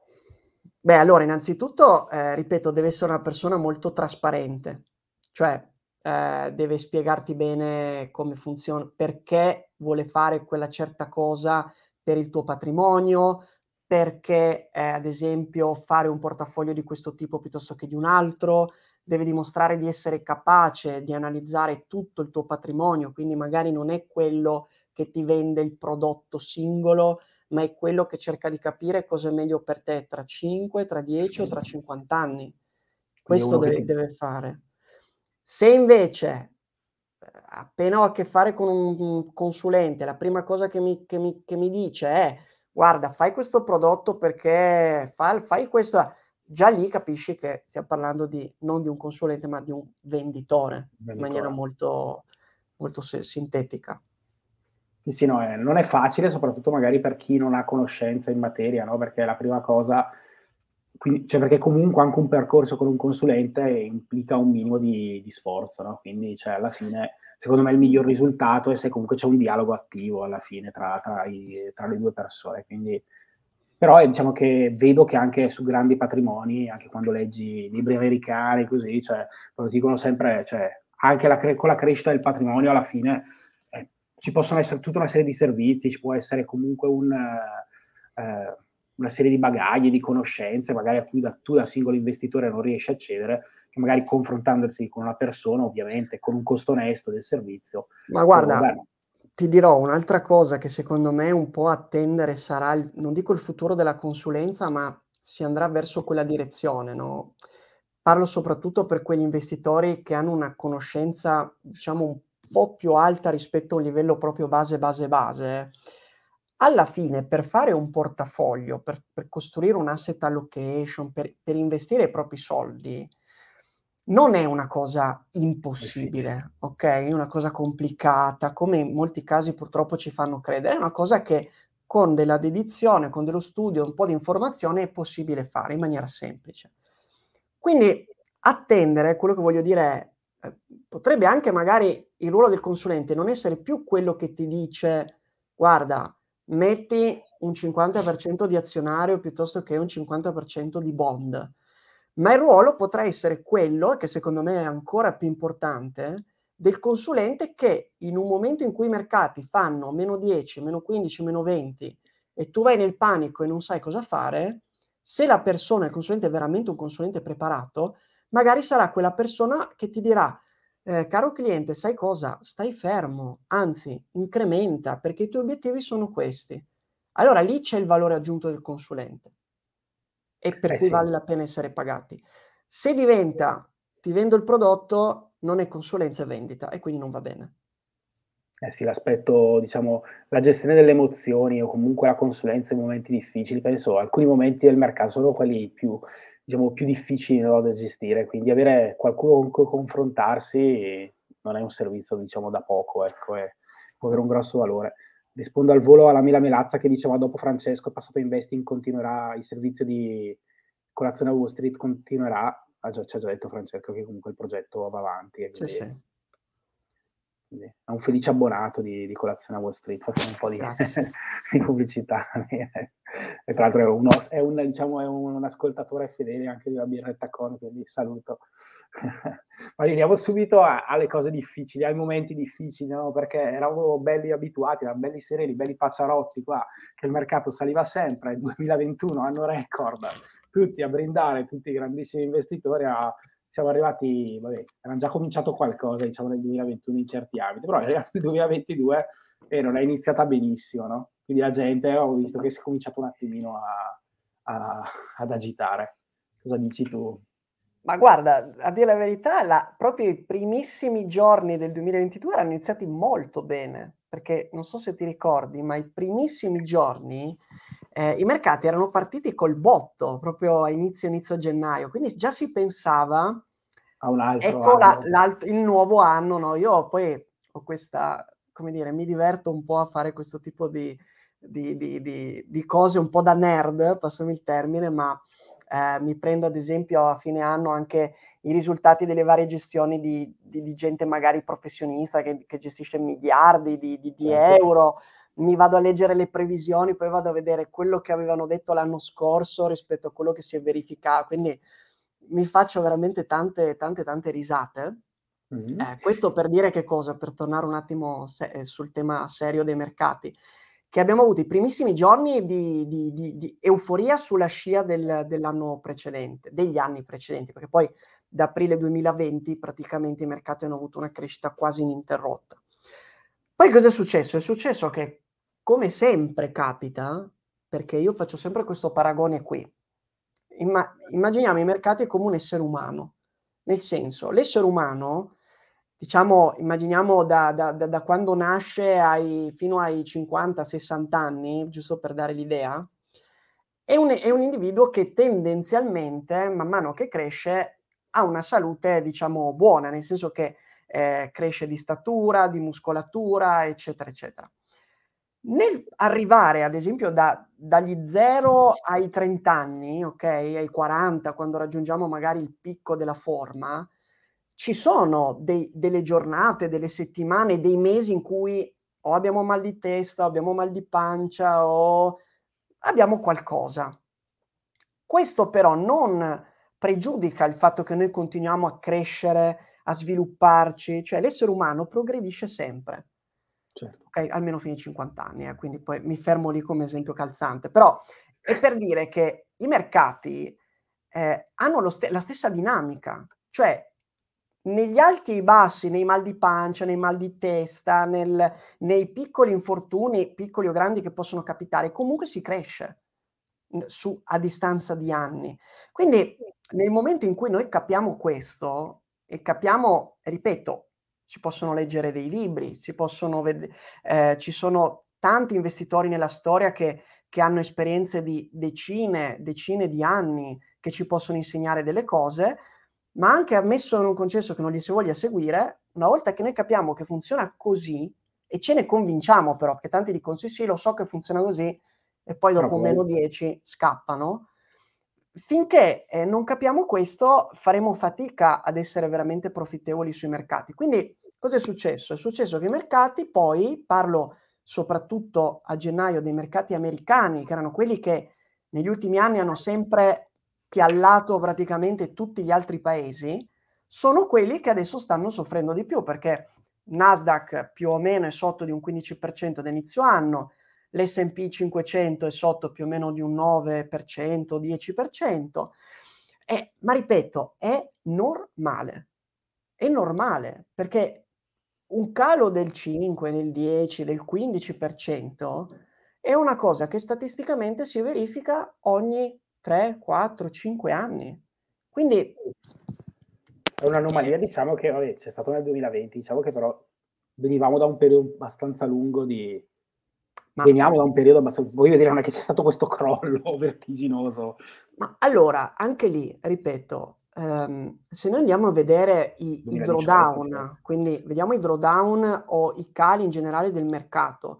Speaker 3: Beh, allora innanzitutto, ripeto, deve essere una persona molto trasparente, cioè, deve spiegarti bene come perché vuole fare quella certa cosa per il tuo patrimonio, perché, ad esempio, fare un portafoglio di questo tipo piuttosto che di un altro, deve dimostrare di essere capace di analizzare tutto il tuo patrimonio, quindi magari non è quello che ti vende il prodotto singolo, ma è quello che cerca di capire cosa è meglio per te tra 5, tra 10 o tra 50 anni.
Speaker 2: quindi è
Speaker 3: Questo
Speaker 2: uno che ti
Speaker 3: deve fare. Se invece, appena ho a che fare con un consulente, la prima cosa che mi dice è: "Guarda, fai questo prodotto perché fai questa", già lì capisci che stiam parlando di non di un consulente, ma di un venditore, in maniera
Speaker 2: venditore.
Speaker 3: molto sintetica.
Speaker 2: Sì, sì, no, non è facile, soprattutto magari per chi non ha conoscenza in materia, no, perché la prima cosa cioè perché comunque anche un percorso con un consulente implica un minimo di sforzo, no, quindi cioè alla fine, secondo me il miglior risultato è se comunque c'è un dialogo attivo alla fine tra le 2 persone, quindi però, diciamo che vedo che anche su grandi patrimoni, anche quando leggi libri americani così, cioè lo dicono sempre, cioè anche con la crescita del patrimonio alla fine, ci possono essere tutta una serie di servizi, ci può essere comunque una serie di bagagli, di conoscenze, magari a cui tu da singolo investitore non riesci a accedere, che magari confrontandosi con una persona, ovviamente, con un costo onesto del servizio,
Speaker 3: Ma
Speaker 2: può
Speaker 3: guarda,
Speaker 2: dare.
Speaker 3: ti dirò un'altra cosa che secondo me un po' a tendere sarà il non dico il futuro della consulenza, ma si andrà verso quella direzione, no, parlo soprattutto per quegli investitori che hanno una conoscenza, diciamo, un po' più alta rispetto a un livello proprio base. Alla fine per fare un portafoglio, per costruire un asset allocation, per investire i propri soldi, non è una cosa
Speaker 2: Difficile.
Speaker 3: impossibile, okay, è una cosa complicata, come in molti casi purtroppo ci fanno credere. È una cosa che con della dedizione, con dello studio, un po' di informazione è possibile fare in maniera semplice. Quindi attendere, quello che voglio dire è, potrebbe anche magari il ruolo del consulente non essere più quello che ti dice: "Guarda, metti un 50% di azionario piuttosto che un 50% di bond." Ma il ruolo potrà essere quello, che secondo me è ancora più importante, del consulente che in un momento in cui i mercati fanno -10, -15, -20 e tu vai nel panico e non sai cosa fare, se la persona, il consulente è veramente un consulente preparato, magari sarà quella persona che ti dirà: "Caro cliente, sai cosa? Stai fermo, anzi incrementa perché i tuoi obiettivi sono questi." Allora lì c'è il valore aggiunto del consulente e per
Speaker 2: Eh
Speaker 3: cui
Speaker 2: sì.
Speaker 3: vale la pena essere pagati. Se diventa: "Ti vendo il prodotto", non è consulenza, è vendita e quindi non va bene.
Speaker 2: Eh sì, l'aspetto diciamo, la gestione delle emozioni o comunque la consulenza in momenti difficili, penso alcuni momenti del mercato sono quelli più diciamo, più difficili, no, da gestire, quindi avere qualcuno con cui confrontarsi non è un servizio, diciamo, da poco, ecco, e può avere un grosso valore. rispondo al volo alla Mila Melazza che diceva dopo Francesco è passato a Investing, continuerà il servizio di colazione a Wall Street, continuerà, ci ha già detto Francesco che comunque il progetto va avanti.
Speaker 3: Sì, sì.
Speaker 2: Quindi è un felice abbonato di colazione a Wall Street, facciamo un po' di pubblicità. E tra l'altro è un ascoltatore fedele anche della birretta con, quindi saluto. Ma veniamo subito alle cose difficili, ai momenti difficili, no? Perché eravamo belli abituati, eravamo belli sereni, belli passarotti qua, che il mercato saliva sempre, 2021, anno record, tutti a brindare, tutti i grandissimi investitori siamo arrivati, vabbè, era già cominciato qualcosa, diciamo, nel 2021 in certi ambiti, però è arrivato il 2022 e non è iniziata benissimo, no? Quindi la gente, ho visto che si è cominciato un attimino ad agitare. Cosa dici tu?
Speaker 3: Ma guarda, a dire la verità, proprio i primissimi giorni del 2022 erano iniziati molto bene, perché non so se ti ricordi, ma i primissimi giorni i mercati erano partiti col botto, proprio a inizio gennaio, quindi già si pensava
Speaker 2: a un altro
Speaker 3: ecco
Speaker 2: anno.
Speaker 3: il nuovo anno, no? Io poi ho questa, come dire, mi diverto un po' a fare questo tipo di cose un po' da nerd, passami il termine, ma mi prendo ad esempio a fine anno anche i risultati delle varie gestioni di gente magari professionista che gestisce miliardi di euro, mi vado a leggere le previsioni, poi vado a vedere quello che avevano detto l'anno scorso rispetto a quello che si è verificato, quindi mi faccio veramente tante risate. Questo per dire che cosa? Per tornare un attimo sul tema serio dei mercati, che abbiamo avuto i primissimi giorni di euforia sulla scia dell'anno precedente, degli anni precedenti, perché poi da aprile 2020 praticamente i mercati hanno avuto una crescita quasi ininterrotta. Poi cosa è successo? È successo che, come sempre capita, perché io faccio sempre questo paragone qui, immaginiamo i mercati come un essere umano, nel senso, l'essere umano, diciamo, immaginiamo da quando nasce fino ai 50-60 anni, giusto per dare l'idea, è un individuo che tendenzialmente, man mano che cresce, ha una salute, diciamo, buona, nel senso che cresce di statura, di muscolatura, eccetera, eccetera. Nel arrivare, ad esempio, dagli 0 ai 30 anni, ok, ai 40, quando raggiungiamo magari il picco della forma, ci sono delle giornate, delle settimane, dei mesi in cui o abbiamo mal di testa, o abbiamo mal di pancia, o abbiamo qualcosa. Questo però non pregiudica il fatto che noi continuiamo a crescere, a svilupparci, cioè l'essere umano progredisce sempre.
Speaker 2: Certo.
Speaker 3: Okay, almeno fino ai 50 anni, quindi poi mi fermo lì come esempio calzante. Però è per dire che i mercati hanno la stessa dinamica, cioè negli alti e i bassi, nei mal di pancia, nei mal di testa, nei piccoli infortuni, piccoli o grandi che possono capitare, comunque si cresce a distanza di anni. Quindi nel momento in cui noi capiamo questo e capiamo, ripeto, si possono leggere dei libri, ci sono tanti investitori nella storia che hanno esperienze di decine di anni che ci possono insegnare delle cose, ma anche ammesso e non concesso che non li si voglia seguire, una volta che noi capiamo che funziona così e ce ne convinciamo però, perché tanti dicono sì, lo so che funziona così, e poi dopo meno 10 scappano. Finché non capiamo questo, faremo fatica ad essere veramente profittevoli sui mercati. Quindi cosa è successo? È successo che i mercati poi, parlo soprattutto a gennaio dei mercati americani, che erano quelli che negli ultimi anni hanno sempre piallato praticamente tutti gli altri paesi, sono quelli che adesso stanno soffrendo di più, perché Nasdaq più o meno è sotto di un 15% da inizio anno, l'S&P 500 è sotto più o meno di un 9%, 10%, ma ripeto, è normale, perché un calo del 5, del 10, del 15% è una cosa che statisticamente si verifica ogni 3, 4, 5 anni. Quindi
Speaker 2: è un'anomalia, diciamo che vabbè, c'è stato nel 2020, diciamo che però venivamo da un periodo abbastanza lungo veniamo da un periodo abbastanza, voglio dire, non è che c'è stato questo crollo vertiginoso.
Speaker 3: Ma allora, anche lì, ripeto, se noi andiamo a vedere i
Speaker 2: 2018,
Speaker 3: drawdown, quindi vediamo i drawdown o i cali in generale del mercato,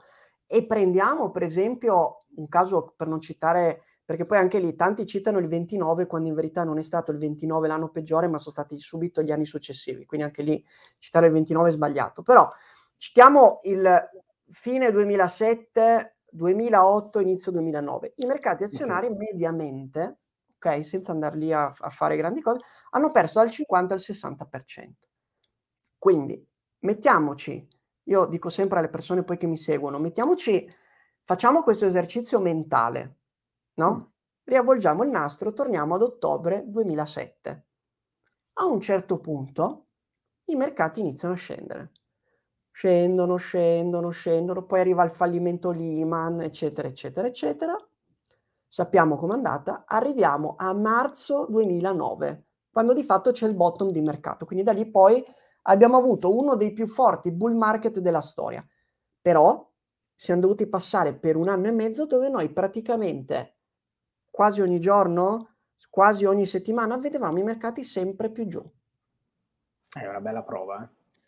Speaker 3: E prendiamo per esempio un caso, per non citare, perché poi anche lì tanti citano il 29 quando in verità non è stato il 29 l'anno peggiore, ma sono stati subito gli anni successivi, quindi anche lì citare il 29 è sbagliato. Però citiamo il fine 2007, 2008, inizio 2009. I mercati azionari mediamente, ok, senza andare lì a fare grandi cose, hanno perso dal 50 al 60%. Quindi mettiamoci, io dico sempre alle persone poi che mi seguono, facciamo questo esercizio mentale, no? Riavvolgiamo il nastro, torniamo ad ottobre 2007. A un certo punto i mercati iniziano a scendere. Scendono, poi arriva il fallimento Lehman, eccetera, eccetera, eccetera. Sappiamo com'è andata, arriviamo a marzo 2009, quando di fatto c'è il bottom di mercato. Quindi da lì poi abbiamo avuto uno dei più forti bull market della storia. Però siamo dovuti passare per 1 anno e mezzo dove noi praticamente quasi ogni giorno, quasi ogni settimana, vedevamo i mercati sempre più giù.
Speaker 2: È una bella prova.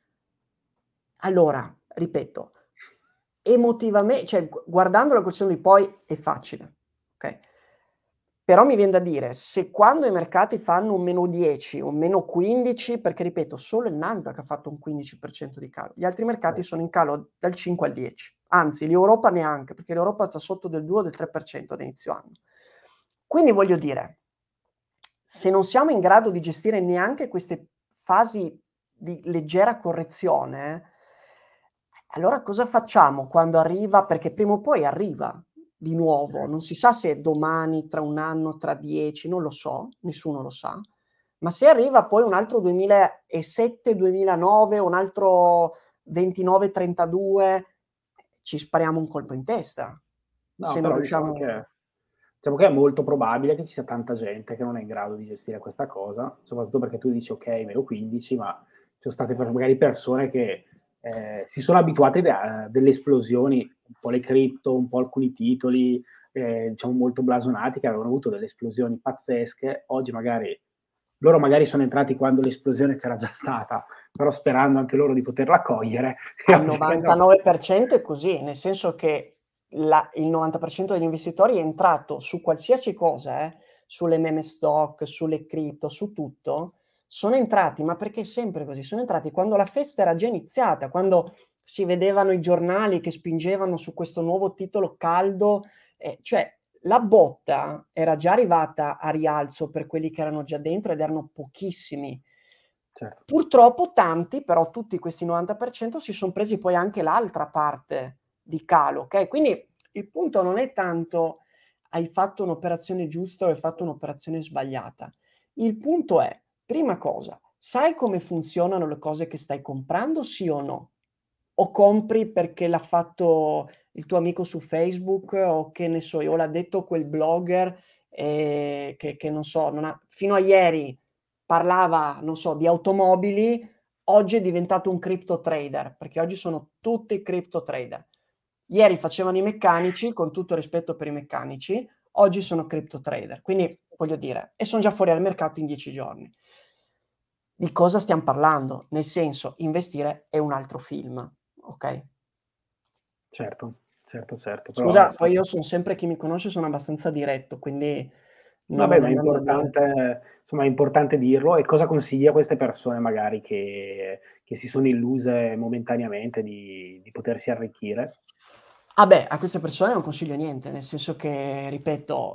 Speaker 3: Allora, ripeto, emotivamente, cioè guardando la questione di poi è facile, ok? Però mi viene da dire, se quando i mercati fanno un meno 10, un meno 15, perché ripeto, solo il Nasdaq ha fatto un 15% di calo, gli altri mercati sono in calo dal 5 al 10, anzi l'Europa neanche, perché l'Europa sta sotto del 2 o del 3% ad inizio anno. Quindi voglio dire, se non siamo in grado di gestire neanche queste fasi di leggera correzione, allora cosa facciamo quando arriva? Perché prima o poi arriva di nuovo, non si sa se domani, tra 1 anno, tra 10, non lo so, nessuno lo sa, ma se arriva poi un altro 2007-2009, un altro 29-32, ci spariamo un colpo in testa.
Speaker 2: No,
Speaker 3: Se non
Speaker 2: però
Speaker 3: riusciamo...
Speaker 2: diciamo che è molto probabile che ci sia tanta gente che non è in grado di gestire questa cosa, soprattutto perché tu dici ok, meno 15, ma ci sono state magari persone che si sono abituate a delle esplosioni, un po' le cripto, un po' alcuni titoli, diciamo molto blasonati, che avevano avuto delle esplosioni pazzesche. Oggi loro magari sono entrati quando l'esplosione c'era già stata, però sperando anche loro di poterla cogliere.
Speaker 3: Al 99% è così, nel senso che il 90% degli investitori è entrato su qualsiasi cosa, sulle meme stock, sulle cripto, su tutto, sono entrati, ma perché è sempre così? Sono entrati quando la festa era già iniziata, quando si vedevano i giornali che spingevano su questo nuovo titolo caldo, cioè la botta era già arrivata a rialzo per quelli che erano già dentro ed erano pochissimi.
Speaker 2: Certo.
Speaker 3: Purtroppo tanti, però tutti questi 90% si sono presi poi anche l'altra parte di calo, ok? Quindi il punto non è tanto hai fatto un'operazione giusta o hai fatto un'operazione sbagliata. Il punto è, prima cosa, sai come funzionano le cose che stai comprando, sì o no? O compri perché l'ha fatto il tuo amico su Facebook o che ne so io, l'ha detto quel blogger che non so, fino a ieri parlava, non so, di automobili, oggi è diventato un crypto trader, perché oggi sono tutti crypto trader. Ieri facevano i meccanici, con tutto rispetto per i meccanici, oggi sono crypto trader. Quindi, voglio dire, e sono già fuori al mercato in 10 giorni. Di cosa stiamo parlando? Nel senso, investire è un altro film, ok?
Speaker 2: Certo. Però,
Speaker 3: Scusa, poi io sono sempre, chi mi conosce, sono abbastanza diretto, quindi
Speaker 2: vabbè, ma è
Speaker 3: andando a dire...
Speaker 2: insomma, è importante dirlo. E cosa consigli a queste persone magari che si sono illuse momentaneamente di potersi arricchire?
Speaker 3: Ah beh, a queste persone non consiglio niente, nel senso che, ripeto,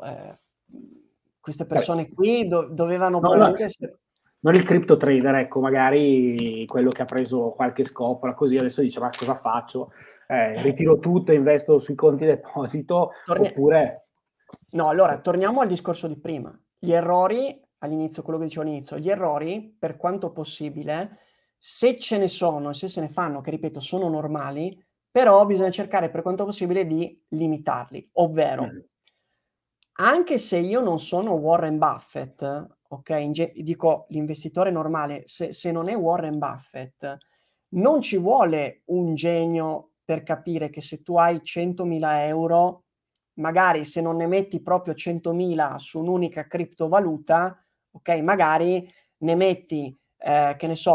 Speaker 3: queste persone qui dovevano probabilmente essere...
Speaker 2: Non il crypto trader, ecco, magari quello che ha preso qualche scopola così adesso dice ma cosa faccio? Ritiro tutto e investo sui conti deposito oppure...
Speaker 3: No, allora, torniamo al discorso di prima. Gli errori, all'inizio, quello che dicevo all'inizio, gli errori, per quanto possibile, se ce ne sono e se se ne fanno, che ripeto, sono normali, però bisogna cercare per quanto possibile di limitarli, ovvero, anche se io non sono Warren Buffett, ok, dico l'investitore normale, se non è Warren Buffett, non ci vuole un genio per capire che se tu hai 100.000 euro, magari se non ne metti proprio 100.000 su un'unica criptovaluta, ok, magari ne metti, che ne so,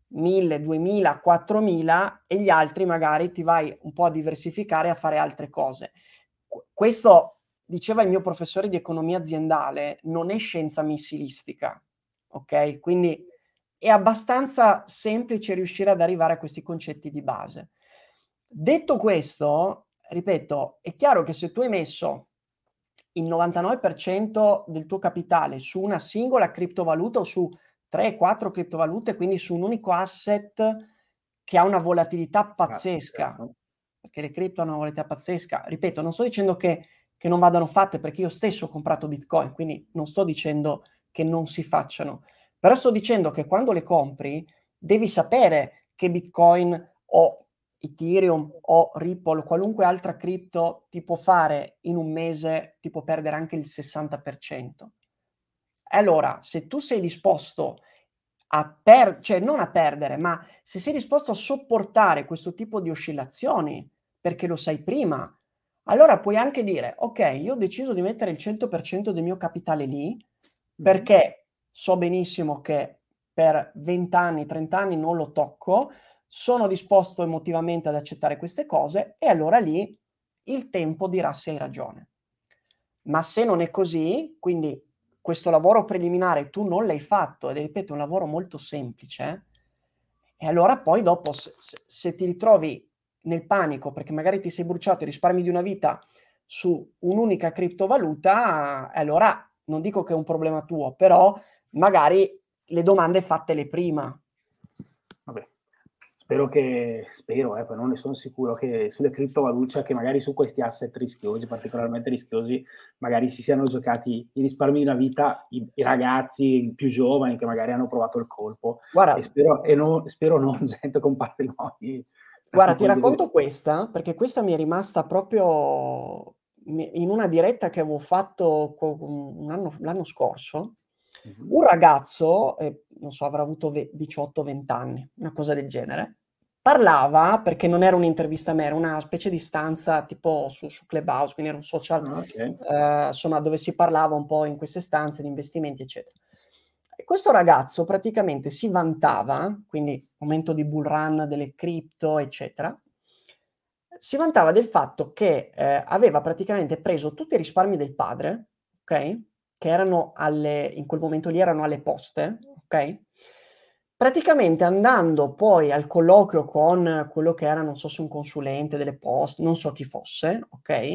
Speaker 3: 1000, 2000, 4000 e gli altri magari ti vai un po' a diversificare, a fare altre cose. Questo, diceva il mio professore di economia aziendale, non è scienza missilistica, ok? Quindi è abbastanza semplice riuscire ad arrivare a questi concetti di base. Detto questo, ripeto, è chiaro che se tu hai messo il 99% del tuo capitale su una singola criptovaluta o su 3-4 criptovalute, quindi su un unico asset che ha una volatilità pazzesca,
Speaker 2: Certo.
Speaker 3: perché le cripto hanno una volatilità pazzesca. Ripeto, non sto dicendo che non vadano fatte, perché io stesso ho comprato Bitcoin, quindi non sto dicendo che non si facciano, però sto dicendo che quando le compri devi sapere che Bitcoin o Ethereum o Ripple o qualunque altra cripto ti può fare in un mese, ti può perdere anche il 60%. Allora, se tu sei disposto cioè non a perdere, ma se sei disposto a sopportare questo tipo di oscillazioni, perché lo sai prima, allora puoi anche dire, ok, io ho deciso di mettere il 100% del mio capitale lì, perché so benissimo che per 20 anni, 30 anni non lo tocco, sono disposto emotivamente ad accettare queste cose e allora lì il tempo dirà se hai ragione. Ma se non è così, quindi questo lavoro preliminare tu non l'hai fatto, ed ripeto, è un lavoro molto semplice, e allora poi dopo se ti ritrovi nel panico perché magari ti sei bruciato i risparmi di una vita su un'unica criptovaluta, allora non dico che è un problema tuo, però magari le domande fattele prima.
Speaker 2: Vabbè, spero, poi non ne sono sicuro, che sulle criptovalute, che magari su questi asset rischiosi, particolarmente rischiosi, magari si siano giocati i risparmi di una vita i ragazzi più giovani che magari hanno provato il colpo.
Speaker 3: Guarda,
Speaker 2: E spero non gente con patrimoni.
Speaker 3: Guarda, ti racconto questa, perché questa mi è rimasta proprio in una diretta che avevo fatto l'anno scorso. Un ragazzo, non so, avrà avuto 18-20 anni, una cosa del genere, parlava, perché non era un'intervista a me, era una specie di stanza tipo su Clubhouse, quindi era un social, insomma, dove si parlava un po' in queste stanze di investimenti, eccetera. E questo ragazzo praticamente si vantava, quindi momento di bull run delle cripto, eccetera, si vantava del fatto che aveva praticamente preso tutti i risparmi del padre, ok? Che erano in quel momento lì erano alle poste, ok? Praticamente andando poi al colloquio con quello che era, non so se un consulente delle poste, non so chi fosse, ok?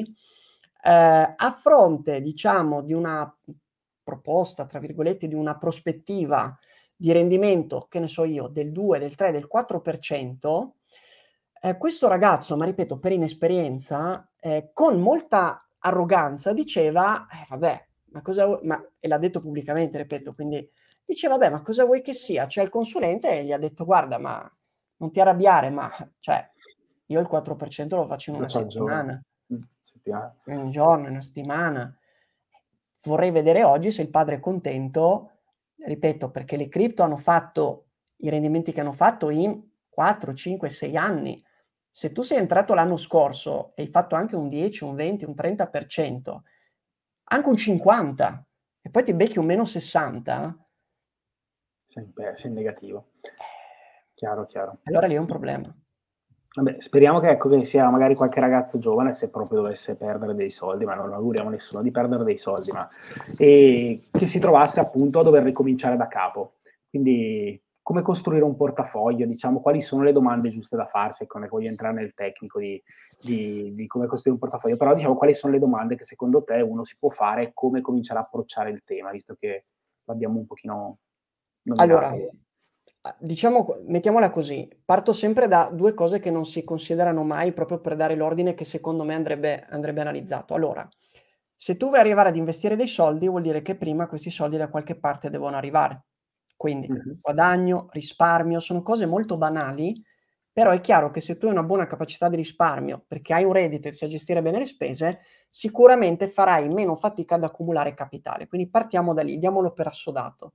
Speaker 3: A fronte, diciamo, di una proposta, tra virgolette, di una prospettiva di rendimento, che ne so io, del 2, del 3, del 4%, questo ragazzo, ma ripeto, per inesperienza, con molta arroganza diceva, vabbè, ma cosa vuoi, e l'ha detto pubblicamente, ripeto, quindi dice, vabbè, ma cosa vuoi che sia? C'è il consulente e gli ha detto, guarda, ma non ti arrabbiare, ma cioè, io il 4% lo faccio in una settimana, in un giorno, in una settimana. Vorrei vedere oggi se il padre è contento, ripeto, perché le cripto hanno fatto i rendimenti che hanno fatto in 4, 5, 6 anni. Se tu sei entrato l'anno scorso e hai fatto anche un 10, un 20, un 30%, anche un 50%, e poi ti becchi un meno 60%,
Speaker 2: sei in negativo. Chiaro.
Speaker 3: allora lì è un problema.
Speaker 2: Vabbè, speriamo che sia magari qualche ragazzo giovane, se proprio dovesse perdere dei soldi, ma non auguriamo a nessuno di perdere dei soldi, ma che si trovasse appunto a dover ricominciare da capo. Quindi come costruire un portafoglio, diciamo, quali sono le domande giuste da farsi, ecco, ne voglio entrare nel tecnico di come costruire un portafoglio, però diciamo quali sono le domande che secondo te uno si può fare e come cominciare a approcciare il tema, visto che l'abbiamo un pochino nominato.
Speaker 3: Allora, diciamo, mettiamola così, parto sempre da due cose che non si considerano mai, proprio per dare l'ordine che secondo me andrebbe analizzato. Allora, se tu vuoi arrivare ad investire dei soldi, vuol dire che prima questi soldi da qualche parte devono arrivare. Quindi guadagno, risparmio, sono cose molto banali, però è chiaro che se tu hai una buona capacità di risparmio, perché hai un reddito e sai gestire bene le spese, sicuramente farai meno fatica ad accumulare capitale. Quindi partiamo da lì, diamolo per assodato.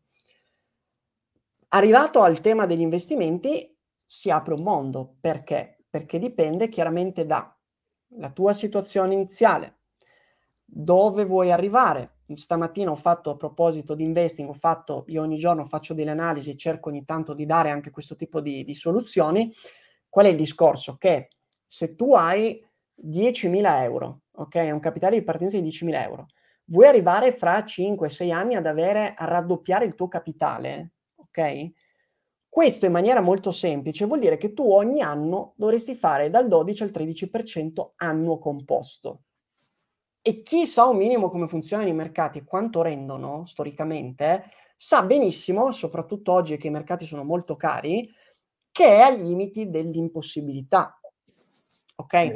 Speaker 3: Arrivato al tema degli investimenti, si apre un mondo. Perché? Perché dipende chiaramente dalla tua situazione iniziale, dove vuoi arrivare, stamattina ho fatto, a proposito di investing, io ogni giorno faccio delle analisi, cerco ogni tanto di dare anche questo tipo di soluzioni. Qual è il discorso? Che se tu hai 10.000 euro, ok, un capitale di partenza di 10.000 euro, vuoi arrivare fra 5-6 anni a raddoppiare il tuo capitale, ok? Questo in maniera molto semplice vuol dire che tu ogni anno dovresti fare dal 12 al 13% annuo composto. E chi sa un minimo come funzionano i mercati e quanto rendono storicamente, sa benissimo, soprattutto oggi che i mercati sono molto cari, che è ai limiti dell'impossibilità. Ok?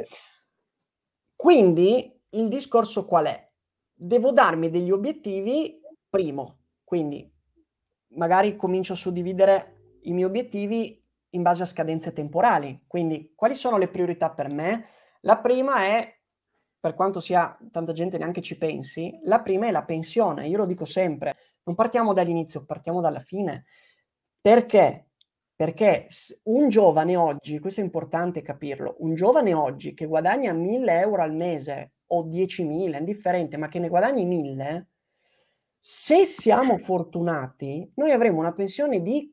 Speaker 3: Quindi il discorso qual è? Devo darmi degli obiettivi, primo, quindi magari comincio a suddividere i miei obiettivi in base a scadenze temporali. Quindi quali sono le priorità per me? La prima è, per quanto sia tanta gente neanche ci pensi, la prima è la pensione. Io lo dico sempre, non partiamo dall'inizio, partiamo dalla fine. Perché? Perché un giovane oggi, questo è importante capirlo, un giovane oggi che guadagna 1.000 euro al mese o 10.000, indifferente, ma che ne guadagni 1.000, se siamo fortunati, noi avremo una pensione di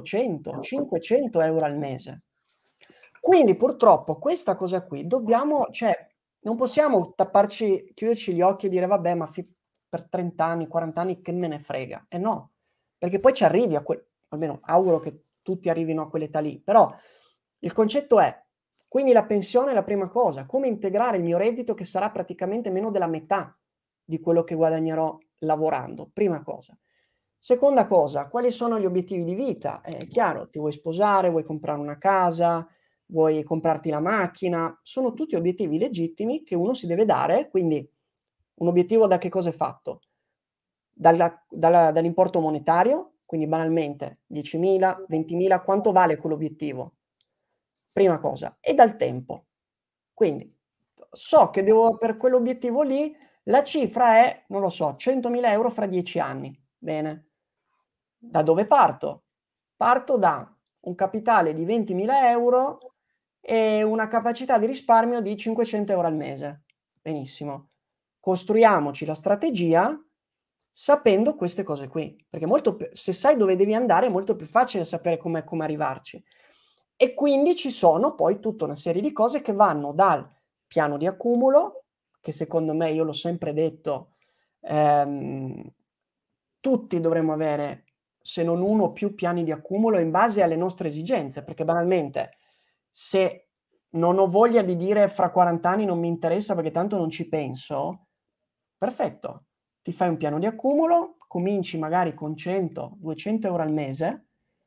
Speaker 3: 400-500 euro al mese. Quindi purtroppo questa cosa qui non possiamo chiuderci gli occhi e dire vabbè, ma per 30 anni, 40 anni che me ne frega. E no, perché poi ci arrivi almeno auguro che tutti arrivino a quell'età lì, però il concetto è, quindi la pensione è la prima cosa, come integrare il mio reddito che sarà praticamente meno della metà di quello che guadagnerò lavorando, prima cosa. Seconda cosa, quali sono gli obiettivi di vita? È chiaro, ti vuoi sposare, vuoi comprare una casa, vuoi comprarti la macchina, sono tutti obiettivi legittimi che uno si deve dare, quindi un obiettivo da che cosa è fatto? Dall'importo monetario, quindi banalmente 10.000, 20.000, quanto vale quell'obiettivo? Prima cosa, e dal tempo. Quindi so che per quell'obiettivo lì la cifra è, non lo so, 100.000 euro fra 10 anni. Bene. Da dove parto? Parto da un capitale di 20.000 euro e una capacità di risparmio di 500 euro al mese. Benissimo. Costruiamoci la strategia sapendo queste cose qui, perché se sai dove devi andare è molto più facile sapere come arrivarci. E quindi ci sono poi tutta una serie di cose che vanno dal piano di accumulo, che secondo me, io l'ho sempre detto, tutti dovremmo avere, se non uno o più piani di accumulo in base alle nostre esigenze, perché banalmente se non ho voglia di dire fra 40 anni non mi interessa perché tanto non ci penso, perfetto, ti fai un piano di accumulo, cominci magari con 100-200 euro al mese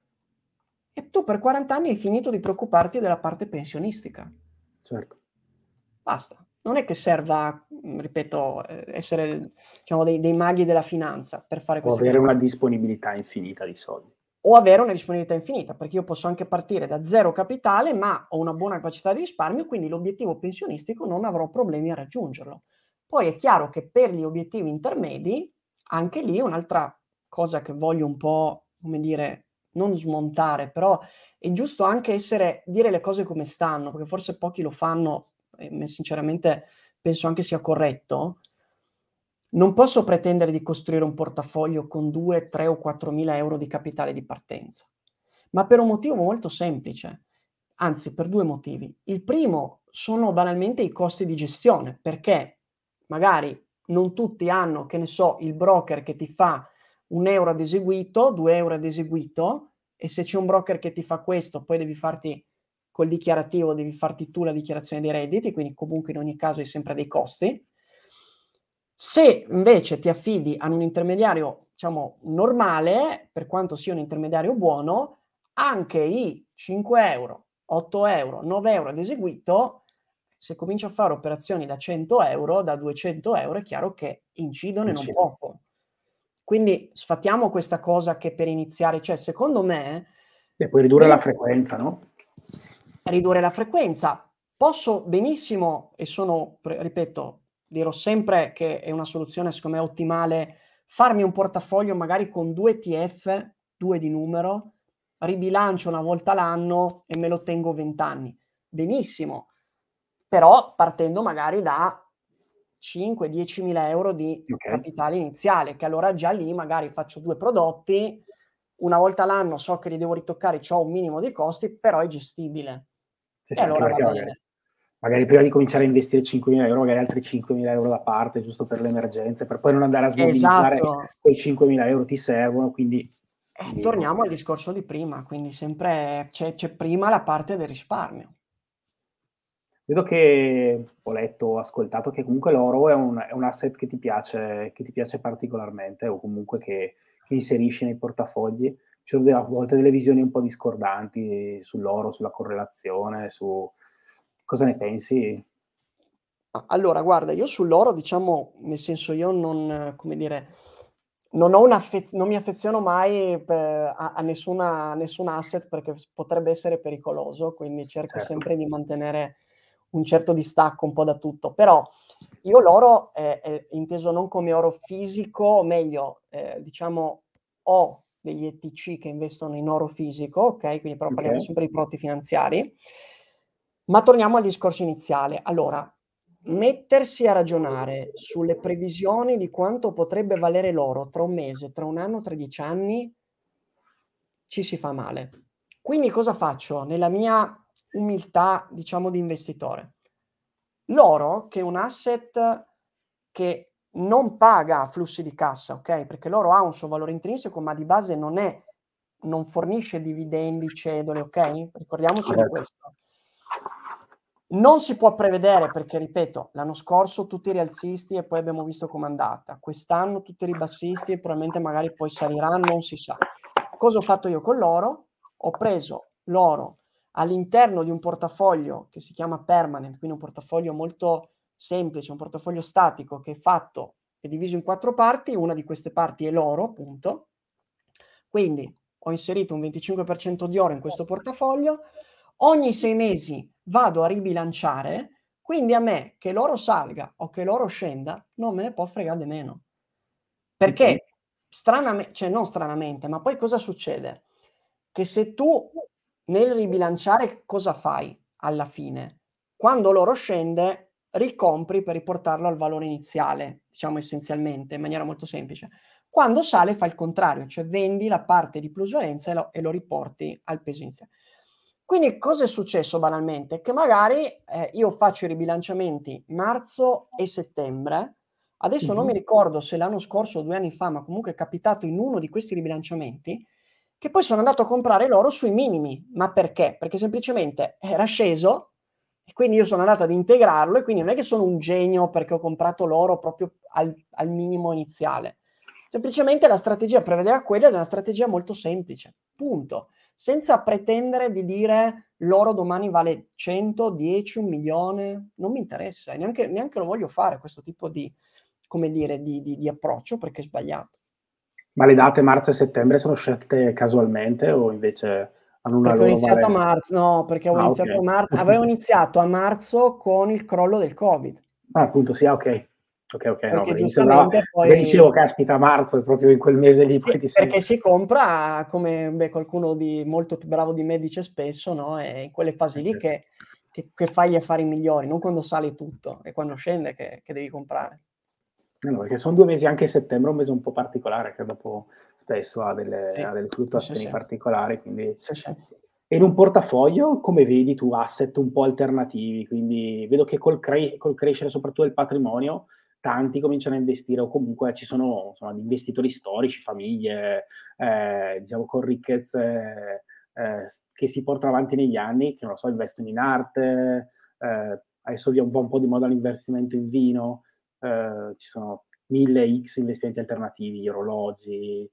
Speaker 3: e tu per 40 anni hai finito di preoccuparti della parte pensionistica.
Speaker 2: Certo.
Speaker 3: Basta. Non è che serva, ripeto, essere diciamo, dei maghi della finanza per fare
Speaker 2: O
Speaker 3: queste
Speaker 2: avere
Speaker 3: cose.
Speaker 2: una disponibilità infinita di soldi.
Speaker 3: O avere una disponibilità infinita, perché io posso anche partire da zero capitale, ma ho una buona capacità di risparmio, quindi l'obiettivo pensionistico non avrò problemi a raggiungerlo. Poi è chiaro che per gli obiettivi intermedi, anche lì un'altra cosa che voglio un po', come dire, non smontare, però è giusto anche dire le cose come stanno, perché forse pochi lo fanno, e sinceramente penso anche sia corretto. Non posso pretendere di costruire un portafoglio con 2, 3 o 4.000 euro di capitale di partenza, ma per un motivo molto semplice, anzi per due motivi. Il primo sono banalmente i costi di gestione, perché magari non tutti hanno, che ne so, il broker che ti fa 1 euro ad eseguito, 2 euro ad eseguito, e se c'è un broker che ti fa questo, poi col dichiarativo devi farti tu la dichiarazione dei redditi, quindi comunque in ogni caso hai sempre dei costi. Se invece ti affidi a un intermediario, diciamo, normale, per quanto sia un intermediario buono, anche i 5 euro, 8 euro, 9 euro ad eseguito, se cominci a fare operazioni da 100 euro, da 200 euro, è chiaro che incidono e non poco. Quindi sfattiamo questa cosa che per iniziare, cioè secondo me...
Speaker 2: E puoi ridurre la frequenza, no?
Speaker 3: Ridurre la frequenza. Posso benissimo, e ripeto, dirò sempre che è una soluzione secondo me ottimale, farmi un portafoglio magari con 2 ETF, 2 di numero, ribilancio una volta l'anno e me lo tengo 20 anni. Benissimo, però partendo magari da 5-10 mila euro di
Speaker 2: Ok.
Speaker 3: capitale iniziale, che allora già lì magari faccio 2 prodotti, una volta l'anno so che li devo ritoccare, c'ho un minimo di costi, però è gestibile.
Speaker 2: Sì,
Speaker 3: E
Speaker 2: sì, anche
Speaker 3: allora va
Speaker 2: perché
Speaker 3: bene.
Speaker 2: magari prima di cominciare a investire 5.000 euro, magari altri 5.000 euro da parte, giusto per le emergenze, per poi non andare a smobilizzare
Speaker 3: Esatto.
Speaker 2: quei 5.000 euro ti servono, quindi
Speaker 3: Torniamo al discorso di prima, quindi sempre c'è prima la parte del risparmio.
Speaker 2: vedo che ho letto, ho ascoltato che comunque l'oro è un asset che ti piace particolarmente o comunque che inserisci nei portafogli. Ci sono a volte delle visioni un po' discordanti sull'oro, sulla correlazione, su cosa ne pensi?
Speaker 3: Allora guarda, io sull'oro diciamo, nel senso io non come dire, non mi affeziono mai a nessun asset perché potrebbe essere pericoloso, quindi cerco
Speaker 2: Certo.
Speaker 3: sempre di mantenere un certo distacco un po' da tutto. Però io l'oro è inteso non come oro fisico, o meglio, diciamo ho degli ETC che investono in oro fisico, okay, quindi però parliamo
Speaker 2: Okay.
Speaker 3: sempre di prodotti finanziari. Ma torniamo al discorso iniziale. Allora, mettersi a ragionare sulle previsioni di quanto potrebbe valere l'oro tra 1 mese, tra 1 anno, tra 10 anni, ci si fa male. Quindi cosa faccio nella mia umiltà, diciamo, di investitore? L'oro, che è un asset che non paga flussi di cassa, okay, perché l'oro ha un suo valore intrinseco, ma di base non fornisce dividendi, cedole, okay, ricordiamoci di
Speaker 2: Corretto.
Speaker 3: questo. Non si può prevedere perché, ripeto, l'anno scorso tutti i rialzisti e poi abbiamo visto com'è andata. Quest'anno tutti i ribassisti e probabilmente magari poi saliranno, non si sa. Cosa ho fatto io con l'oro? Ho preso l'oro all'interno di un portafoglio che si chiama permanent, quindi un portafoglio molto semplice, un portafoglio statico che è fatto, è diviso in 4 parti, una di queste parti è l'oro, appunto. Quindi ho inserito un 25% di oro in questo portafoglio, ogni 6 mesi vado a ribilanciare, quindi a me che l'oro salga o che l'oro scenda non me ne può fregare di meno.
Speaker 2: Okay.
Speaker 3: Perché cioè non stranamente, ma poi cosa succede? Che se tu nel ribilanciare cosa fai alla fine? Quando l'oro scende ricompri per riportarlo al valore iniziale, diciamo essenzialmente, in maniera molto semplice. Quando sale fai il contrario, cioè vendi la parte di plusvalenza e lo riporti al peso iniziale. Quindi cosa è successo banalmente? Che magari io faccio i ribilanciamenti marzo e settembre, adesso non mi
Speaker 2: Mh-mh.
Speaker 3: ricordo se l'anno scorso o 2 anni fa, ma comunque è capitato in uno di questi ribilanciamenti, che poi sono andato a comprare l'oro sui minimi. Ma perché? Perché semplicemente era sceso e quindi io sono andato ad integrarlo e quindi non è che sono un genio perché ho comprato l'oro proprio al minimo iniziale. Semplicemente la strategia prevedeva quella ed è una strategia molto semplice, punto. Senza pretendere di dire l'oro domani vale 100, 10, 1 milione, non mi interessa e neanche lo voglio fare questo tipo di, come dire, di approccio perché è sbagliato.
Speaker 2: Ma le date marzo e settembre sono scelte casualmente o invece hanno una
Speaker 3: Perché ho
Speaker 2: loro
Speaker 3: iniziato a
Speaker 2: vale
Speaker 3: marzo, no, perché
Speaker 2: ah, okay.
Speaker 3: avevo iniziato a marzo con il crollo del Covid,
Speaker 2: Ah, appunto sì, ah, okay. Okay, okay, no,
Speaker 3: perché
Speaker 2: perché mi sembrava
Speaker 3: giustamente
Speaker 2: perché
Speaker 3: poi
Speaker 2: dicevo: "Caspita, marzo, proprio in quel mese lì poi
Speaker 3: sì,
Speaker 2: ti sei".
Speaker 3: perché si compra come beh, qualcuno di molto più bravo di me dice spesso, no, è in quelle fasi lì
Speaker 2: Certo.
Speaker 3: che fai gli affari migliori, non quando sale tutto, è quando scende che devi comprare.
Speaker 2: No, perché son 2 mesi, anche settembre è un mese un po' particolare, che dopo spesso
Speaker 3: Sì,
Speaker 2: ha delle
Speaker 3: sì, sì,
Speaker 2: fluttuazioni
Speaker 3: sì.
Speaker 2: particolari, quindi
Speaker 3: Sì, sì.
Speaker 2: e in un portafoglio come vedi tu asset un po' alternativi? Quindi vedo che col crescere soprattutto del patrimonio, tanti cominciano a investire o comunque ci sono, insomma, investitori storici, famiglie, diciamo con ricchezze, s che si portano avanti negli anni, che non lo so, investono in arte, adesso va un po' di moda l'investimento in vino, ci sono 1000 X investimenti alternativi, orologi,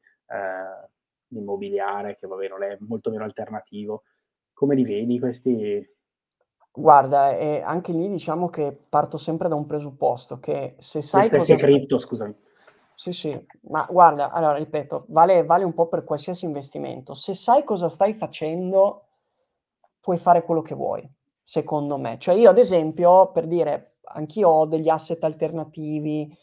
Speaker 2: l'immobiliare che vabbè non è molto meno alternativo. Come li vedi questi
Speaker 3: Guarda, anche lì diciamo che parto sempre da un presupposto, che se
Speaker 2: le
Speaker 3: sai
Speaker 2: stesse
Speaker 3: cosa sta
Speaker 2: cripto, scusami.
Speaker 3: sì, sì, ma guarda, allora ripeto, vale un po' per qualsiasi investimento. Se sai cosa stai facendo, puoi fare quello che vuoi, secondo me. Cioè io ad esempio, per dire, anch'io ho degli asset alternativi,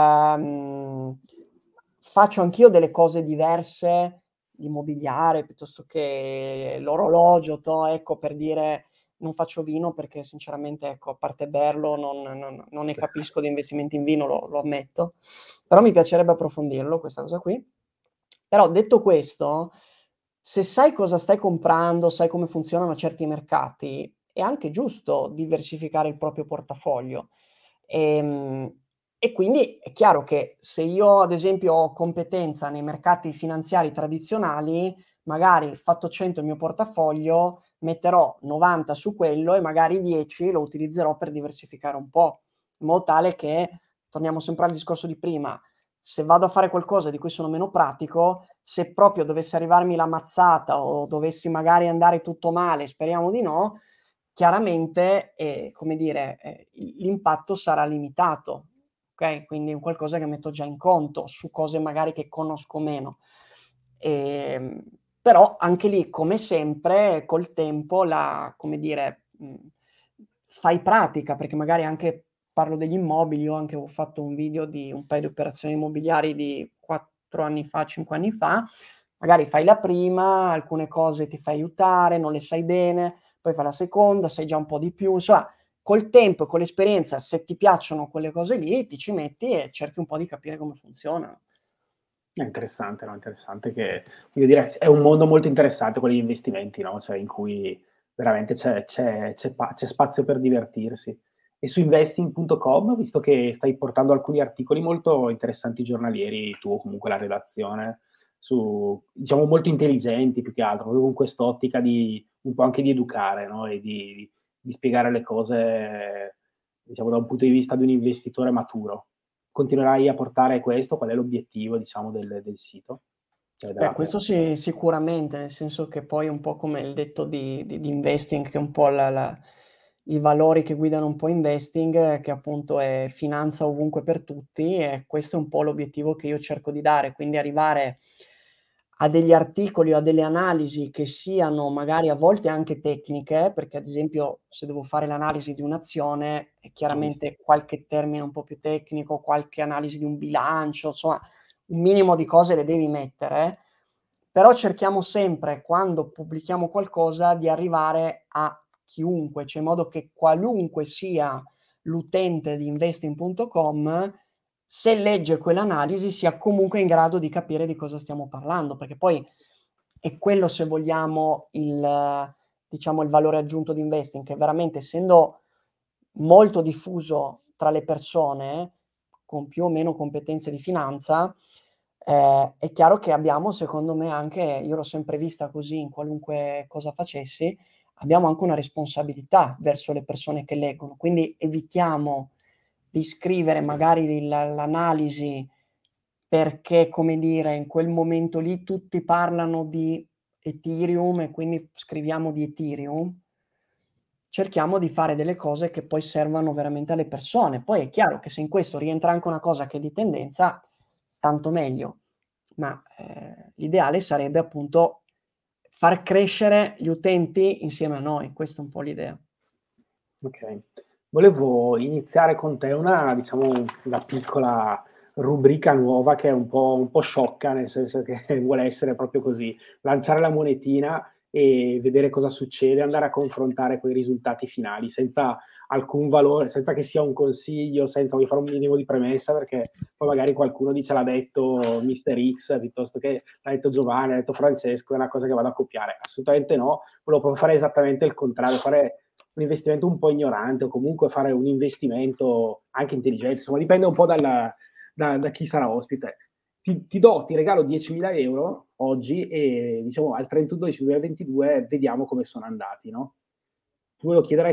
Speaker 3: ehm, faccio anch'io delle cose diverse, l'immobiliare piuttosto che l'orologio, ecco per dire, non faccio vino perché sinceramente, ecco, a parte berlo, non ne capisco di investimenti in vino, lo ammetto, però mi piacerebbe approfondirlo questa cosa qui. Però detto questo, se sai cosa stai comprando, sai come funzionano certi mercati, è anche giusto diversificare il proprio portafoglio. Ehm, e quindi è chiaro che se io ad esempio ho competenza nei mercati finanziari tradizionali, magari fatto 100 il mio portafoglio, metterò 90 su quello e magari 10 lo utilizzerò per diversificare un po', in modo tale che, torniamo sempre al discorso di prima, se vado a fare qualcosa di cui sono meno pratico, se proprio dovesse arrivarmi la mazzata o dovessi magari andare tutto male, speriamo di no, chiaramente, come dire, l'impatto sarà limitato, okay, quindi è un qualcosa che metto già in conto su cose magari che conosco meno. Però anche lì, come sempre, col tempo come dire, fai pratica, perché magari anche parlo degli immobili, io anche ho fatto un video di un paio di operazioni immobiliari di 4 anni fa, 5 anni fa, magari fai la prima, alcune cose ti fai aiutare, non le sai bene, poi fai la seconda, sai già un po' di più, insomma, col tempo e con l'esperienza, se ti piacciono quelle cose lì, ti ci metti e cerchi un po' di capire come funzionano.
Speaker 2: È interessante, no, interessante che voglio dire, è un mondo molto interessante quello degli investimenti, no, cioè in cui veramente c'è spazio per divertirsi. E su investing.com, visto che stai portando alcuni articoli molto interessanti giornalieri, tu o comunque la redazione, su diciamo molto intelligenti più che altro, proprio con quest'ottica di un po' anche di educare, no, e di spiegare le cose, diciamo da un punto di vista di un investitore maturo. Continuerai a portare questo? Qual è l'obiettivo, diciamo, del sito? Cioè della
Speaker 3: Questo
Speaker 2: piattaforma?
Speaker 3: sì, sicuramente, nel senso che poi un po' come il detto di investing, che è un po' i valori che guidano un po' investing, che appunto è finanza ovunque per tutti, e questo è un po' l'obiettivo che io cerco di dare, quindi arrivare a degli articoli o a delle analisi che siano magari a volte anche tecniche, perché ad esempio se devo fare l'analisi di un'azione,
Speaker 2: Giusto.
Speaker 3: chiaramente qualche termine un po' più tecnico, qualche analisi di un bilancio, insomma un minimo di cose le devi mettere, però cerchiamo sempre, quando pubblichiamo qualcosa, di arrivare a chiunque, cioè in modo che qualunque sia l'utente di investing.com, se legge quell'analisi sia comunque in grado di capire di cosa stiamo parlando, perché poi è quello, se vogliamo, diciamo, il valore aggiunto di investing, che veramente, essendo molto diffuso tra le persone con più o meno competenze di finanza, è chiaro che abbiamo, secondo me, anche, io l'ho sempre vista così in qualunque cosa facessi, abbiamo anche una responsabilità verso le persone che leggono. Quindi evitiamo di scrivere magari l'analisi perché, come dire, in quel momento lì tutti parlano di Ethereum e quindi scriviamo di Ethereum. Cerchiamo di fare delle cose che poi servano veramente alle persone. Poi è chiaro che se in questo rientra anche una cosa che è di tendenza, tanto meglio. Ma l'ideale sarebbe appunto far crescere gli utenti insieme a noi, questa è un po' l'idea.
Speaker 2: Okay. Volevo iniziare con te diciamo, una piccola rubrica nuova che è un po' sciocca, nel senso che vuole essere proprio così: lanciare la monetina e vedere cosa succede, andare a confrontare quei risultati finali senza alcun valore, senza che sia un consiglio, senza voglio fare un minimo di premessa, perché poi magari qualcuno dice: "L'ha detto Mister X", piuttosto che "L'ha detto Giovanni, l'ha detto Francesco", è una cosa che vado a copiare. Assolutamente no, volevo proprio fare esattamente il contrario, fare un investimento un po' ignorante o comunque fare un investimento anche intelligente, insomma dipende un po' da chi sarà ospite. Ti regalo 10.000 € oggi e diciamo al 31/12/2022 vediamo come sono andati, no? Ti volevo chiedere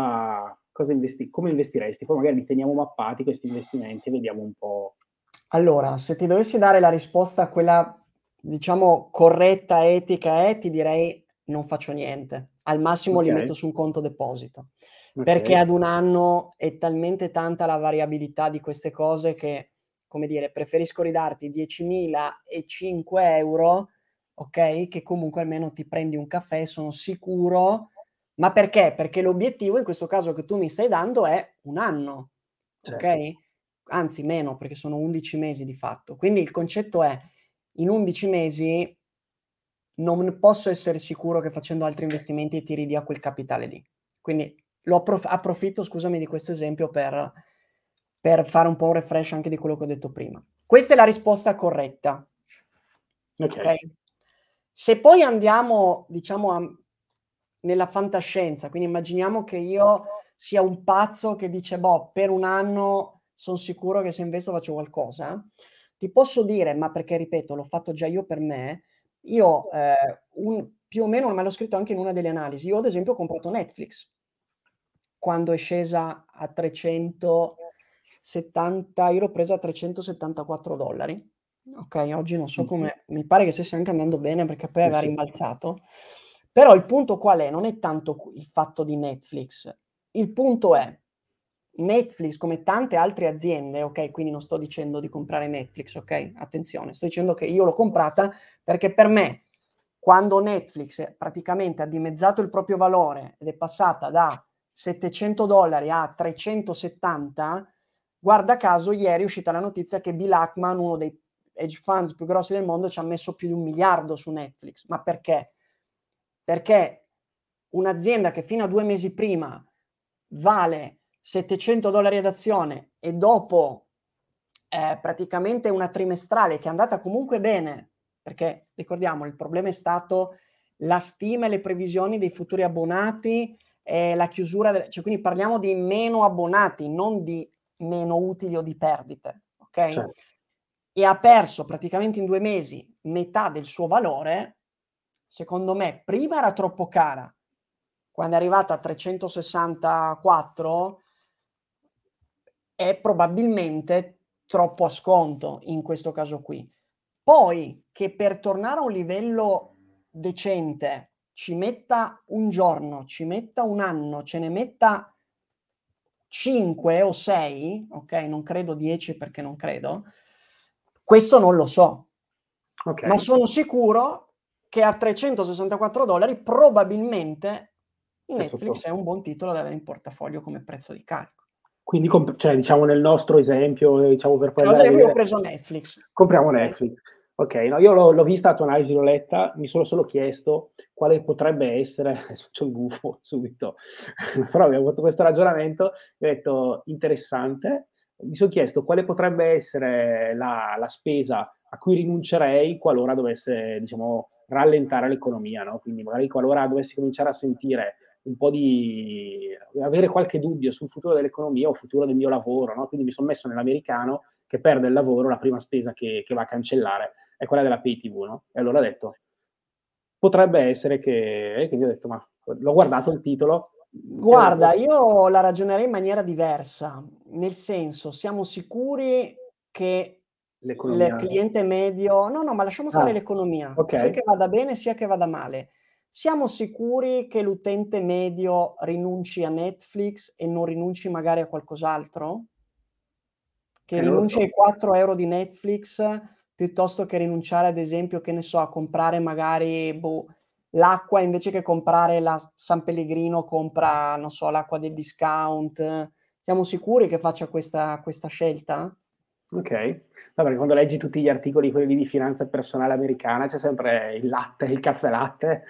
Speaker 2: come investiresti, poi magari li teniamo mappati questi investimenti e vediamo un po'.
Speaker 3: Allora, se ti dovessi dare la risposta quella, diciamo, corretta, etica, ti direi: non faccio niente. Al massimo li
Speaker 2: Okay,
Speaker 3: metto su un conto deposito, perché
Speaker 2: okay,
Speaker 3: ad un anno è talmente tanta la variabilità di queste cose che, come dire, preferisco ridarti 10.000 e 5 €, okay, che comunque almeno ti prendi un caffè, sono sicuro. Ma perché? Perché l'obiettivo in questo caso che tu mi stai dando è 1 anno,
Speaker 2: certo.
Speaker 3: okay? Anzi meno, perché sono 11 mesi di fatto. Quindi il concetto è: in 11 mesi non posso essere sicuro che facendo altri investimenti ti ridia quel capitale lì. Quindi approfitto, scusami, di questo esempio per fare un po' un refresh anche di quello che ho detto prima. Questa è la risposta corretta. Ok? Se poi andiamo, diciamo, nella fantascienza, quindi immaginiamo che io sia un pazzo che dice, boh, per un anno sono sicuro che se investo faccio qualcosa, ti posso dire, ma perché, ripeto, l'ho fatto già io per me, io più o meno, me l'ho scritto anche in una delle analisi, io ad esempio ho comprato Netflix, quando è scesa a 370, io l'ho presa a $374. Ok, oggi non so come, mi pare che stesse anche andando bene perché poi aveva rimbalzato. Però il punto qual è? Non è tanto il fatto di Netflix. Il punto è, Netflix, come tante altre aziende, ok? Quindi non sto dicendo di comprare Netflix, ok? Attenzione, sto dicendo che io l'ho comprata perché per me, quando Netflix praticamente ha dimezzato il proprio valore ed è passata da $700 a 370, guarda caso ieri è uscita la notizia che Bill Ackman, uno dei hedge funds più grossi del mondo, ci ha messo più di $1 miliardo su Netflix. Ma perché? Perché un'azienda che fino a 2 mesi prima vale $700 ad azione e dopo praticamente una trimestrale che è andata comunque bene, perché ricordiamo il problema è stato la stima e le previsioni dei futuri abbonati, la chiusura, cioè quindi parliamo di meno abbonati, non di meno utili o di perdite, ok?
Speaker 2: Certo.
Speaker 3: E ha perso praticamente in 2 mesi metà del suo valore. Secondo me prima era troppo cara, quando è arrivata a 364 è probabilmente troppo a sconto in questo caso qui. Poi che per tornare a un livello decente ci metta un giorno, ci metta un anno, ce ne metta 5 o 6, ok? Non credo 10 perché non credo. Questo non lo so.
Speaker 2: Okay.
Speaker 3: Ma sono sicuro che a $364 probabilmente Netflix è un buon titolo da avere in portafoglio come prezzo di carico.
Speaker 2: Quindi cioè diciamo nel nostro esempio, diciamo per poi
Speaker 3: Per
Speaker 2: andare a
Speaker 3: esempio, io ho
Speaker 2: vedere,
Speaker 3: preso Netflix.
Speaker 2: compriamo
Speaker 3: Okay.
Speaker 2: Netflix. Okay, no, io l'ho vista la tua analisi, l'ho letta, mi sono solo chiesto quale potrebbe essere adesso faccio il gufo subito, però abbiamo fatto questo ragionamento e ho detto: "Interessante". Mi son chiesto quale potrebbe essere la spesa a cui rinuncerei qualora dovesse, diciamo, rallentare l'economia, no, quindi magari qualora dovessi cominciare a sentire un po' di avere qualche dubbio sul futuro dell'economia o il futuro del mio lavoro, no, quindi mi son messo nell'americano che perde il lavoro, la prima spesa che va a cancellare è quella della pay TV, no, e allora ho detto: "Potrebbe essere che", e quindi ho detto: "Ma", l'ho guardato il titolo e ho
Speaker 3: Guarda,
Speaker 2: detto
Speaker 3: io la ragionerei in maniera diversa, nel senso, siamo sicuri che il
Speaker 2: l'economia
Speaker 3: cliente medio, no, no, ma lasciamo stare l'economia, sia che
Speaker 2: okay.
Speaker 3: vada bene sia che vada male. Siamo sicuri che l'utente medio rinunci a Netflix e non rinunci magari a qualcos'altro? Che
Speaker 2: Non lo
Speaker 3: rinunci
Speaker 2: so.
Speaker 3: ai 4 € di Netflix piuttosto che rinunciare, ad esempio, che ne so, a comprare magari, boh, l'acqua invece che comprare la San Pellegrino compra, non so, l'acqua del discount. Siamo sicuri che faccia questa scelta?
Speaker 2: Okay. No, perché quando leggi tutti gli articoli, quelli lì di finanza personale americana, c'è sempre il latte, il caffè latte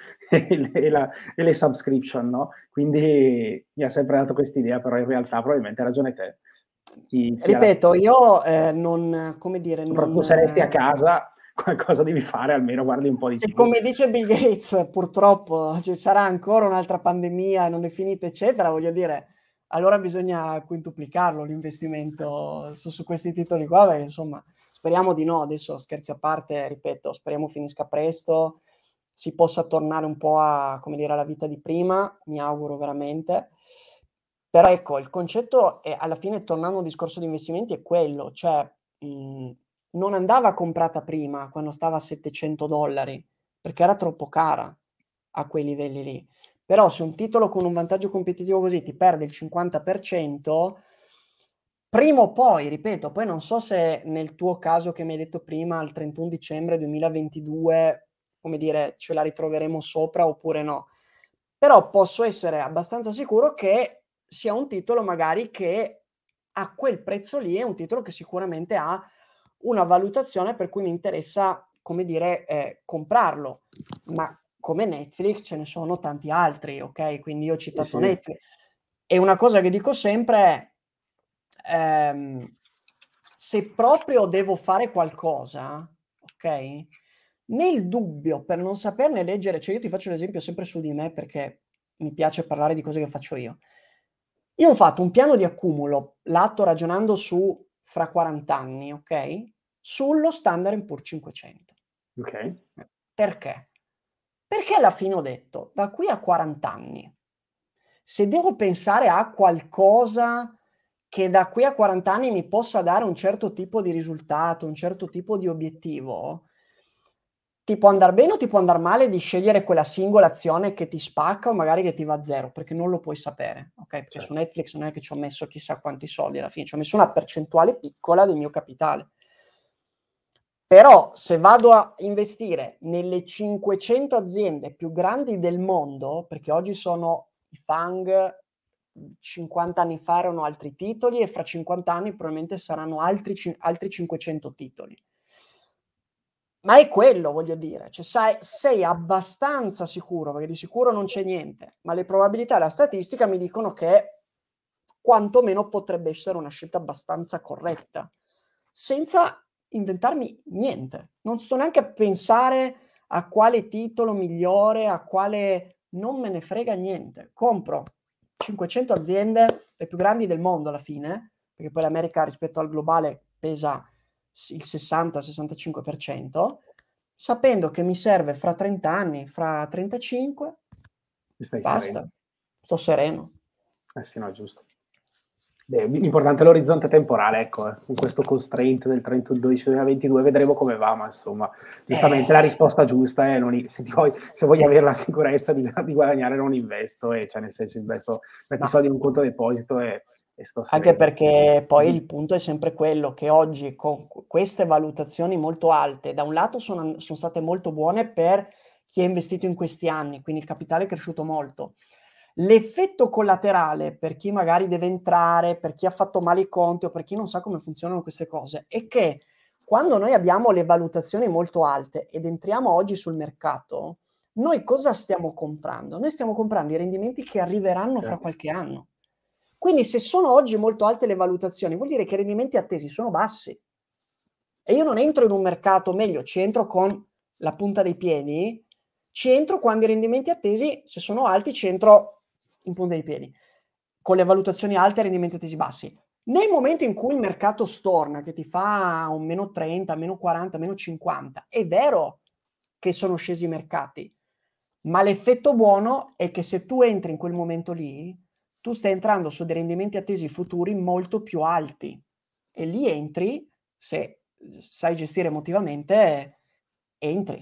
Speaker 2: e le subscription, no, quindi mi ha sempre dato quest'idea, però in realtà probabilmente hai ragione te. Ti ha
Speaker 3: Ripeto, io, non come dire,
Speaker 2: soprattutto se resti a casa, qualcosa devi fare, almeno guardi un po' di
Speaker 3: se
Speaker 2: TV.
Speaker 3: come dice Bill Gates purtroppo ci sarà ancora un'altra pandemia non è finita, eccetera, voglio dire, allora bisogna quintuplicarlo l'investimento su questi titoli qua, perché insomma speriamo di no. Adesso scherzi a parte, ripeto, speriamo finisca presto, si possa tornare un po' a, come dire, alla vita di prima, mi auguro veramente. Però ecco, il concetto è alla fine, tornando a un discorso di investimenti, è quello, cioè, non andava comprata prima quando stava a $700, perché era troppo cara a quei livelli lì. Però se un titolo con un vantaggio competitivo così ti perde il 50%, prima o poi, ripeto, poi non so se nel tuo caso che mi hai detto prima, al 31 dicembre 2022, come dire, ce la ritroveremo sopra oppure no. Però posso essere abbastanza sicuro che sia un titolo magari che a quel prezzo lì è un titolo che sicuramente ha una valutazione per cui mi interessa, come dire, comprarlo. Ma come Netflix ce ne sono tanti altri, ok? Quindi io ho citato
Speaker 2: sì.
Speaker 3: Netflix. E una cosa che dico sempre è, se proprio devo fare qualcosa, ok? Nel dubbio, per non saperne leggere, cioè io ti faccio l'esempio sempre su di me perché mi piace parlare di cose che faccio io. Io ho fatto un piano di accumulo, lato ragionando su fra 40 anni, ok? Sullo Standard & Poor's 500.
Speaker 2: Ok.
Speaker 3: Perché? Perché alla fine ho detto, da qui a 40 anni, se devo pensare a qualcosa che da qui a 40 anni mi possa dare un certo tipo di risultato, un certo tipo di obiettivo, ti può andar bene o ti può andar male di scegliere quella singola azione che ti spacca o magari che ti va a zero, perché non lo puoi sapere, ok? Perché
Speaker 2: Certo.
Speaker 3: su Netflix non è che ci ho messo chissà quanti soldi alla fine, ci ho messo una percentuale piccola del mio capitale. Però se vado a investire nelle 500 aziende più grandi del mondo, perché oggi sono i FANG, 50 anni fa erano altri titoli e fra 50 anni probabilmente saranno altri 500 titoli. Ma è quello, voglio dire, cioè sei abbastanza sicuro, perché di sicuro non c'è niente, ma le probabilità e la statistica mi dicono che quantomeno potrebbe essere una scelta abbastanza corretta, senza inventarmi niente. Non sto neanche a pensare a quale titolo migliore, a quale... non me ne frega niente. Compro 500 aziende, le più grandi del mondo alla fine, perché poi l'America rispetto al globale pesa il 60-65%, sapendo che mi serve fra 30 anni, fra 35,
Speaker 2: Stai
Speaker 3: basta,
Speaker 2: sereno.
Speaker 3: sto sereno.
Speaker 2: Sì, no, giusto. Beh, l'importante è l'orizzonte temporale, ecco, con questo constraint del 31/12/2022 vedremo come va, ma insomma, giustamente la risposta giusta è se voglio avere la sicurezza di guadagnare non investo, e cioè nel senso investo, metti i soldi in un conto deposito e sto
Speaker 3: Anche
Speaker 2: sereno.
Speaker 3: perché poi il punto è sempre quello che oggi con queste valutazioni molto alte, da un lato sono state molto buone per chi ha investito in questi anni, quindi il capitale è cresciuto molto. L'effetto collaterale per chi magari deve entrare, per chi ha fatto male i conti o per chi non sa come funzionano queste cose, è che quando noi abbiamo le valutazioni molto alte ed entriamo oggi sul mercato, noi cosa stiamo comprando? Noi stiamo comprando i rendimenti che arriveranno fra qualche anno. Quindi se sono oggi molto alte le valutazioni, vuol dire che i rendimenti attesi sono bassi. E io non entro in un mercato, meglio, ci entro con la punta dei piedi, ci entro quando i rendimenti attesi, se sono alti, ci entro in punta dei piedi. Con le valutazioni alte e rendimenti attesi bassi. Nel momento in cui il mercato storna, che ti fa un meno 30, meno 40, meno 50, è vero che sono scesi i mercati, ma l'effetto buono è che se tu entri in quel momento lì, tu stai entrando su dei rendimenti attesi futuri molto più alti e lì entri, se sai gestire emotivamente, entri.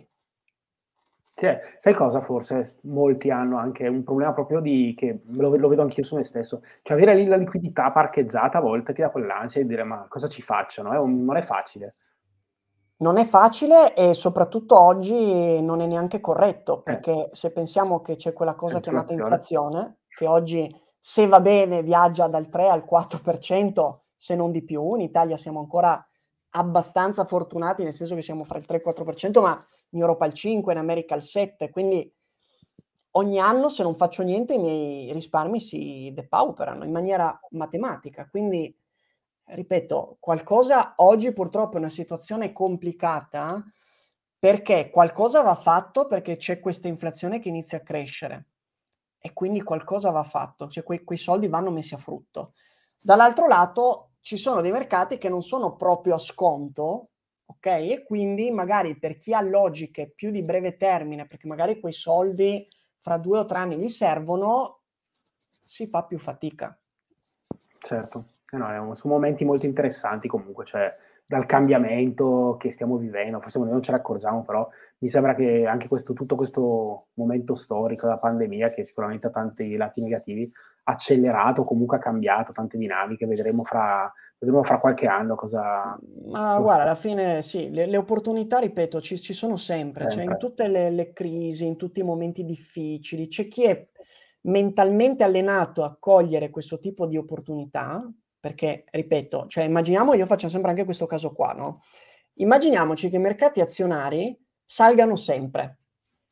Speaker 2: Cioè, sai cosa forse molti hanno anche un problema proprio di che lo vedo anch'io su me stesso, cioè avere lì la liquidità parcheggiata a volte ti dà quell'ansia di dire: "Ma cosa ci faccio?" No, non è facile.
Speaker 3: Non è facile e soprattutto oggi non è neanche corretto, perché se pensiamo che c'è quella
Speaker 2: C'è
Speaker 3: cosa chiamata
Speaker 2: l'inflazione.
Speaker 3: inflazione, che oggi se va bene viaggia dal 3 al 4%, se non di più. In Italia siamo ancora abbastanza fortunati, nel senso che siamo fra il 3 e il 4%, ma in Europa il 5, in America il 7, quindi ogni anno se non faccio niente i miei risparmi si depauperano in maniera matematica. Quindi, ripeto, qualcosa oggi purtroppo è una situazione complicata perché qualcosa va fatto perché c'è questa inflazione che inizia a crescere e quindi qualcosa va fatto, cioè quei soldi vanno messi a frutto. Dall'altro lato ci sono dei mercati che non sono proprio a sconto, ok? E quindi magari per chi ha logiche più di breve termine, perché magari quei soldi fra 2 o 3 anni gli servono, si fa più fatica.
Speaker 2: Certo, no, sono momenti molto interessanti comunque, cioè dal cambiamento che stiamo vivendo, forse noi non ce ne accorgiamo, però mi sembra che anche tutto questo momento storico, la pandemia, che sicuramente ha tanti lati negativi, ha accelerato, comunque ha cambiato tante dinamiche, vedremo fra qualche anno cosa...
Speaker 3: Ma guarda, alla fine sì, le opportunità, ripeto, ci sono sempre, cioè in
Speaker 2: Sempre,
Speaker 3: tutte le crisi, in tutti i momenti difficili, c'è chi è mentalmente allenato a cogliere questo tipo di opportunità, perché, ripeto, cioè immaginiamo, io faccio sempre anche questo caso qua, no? Immaginiamoci che i mercati azionari salgano sempre,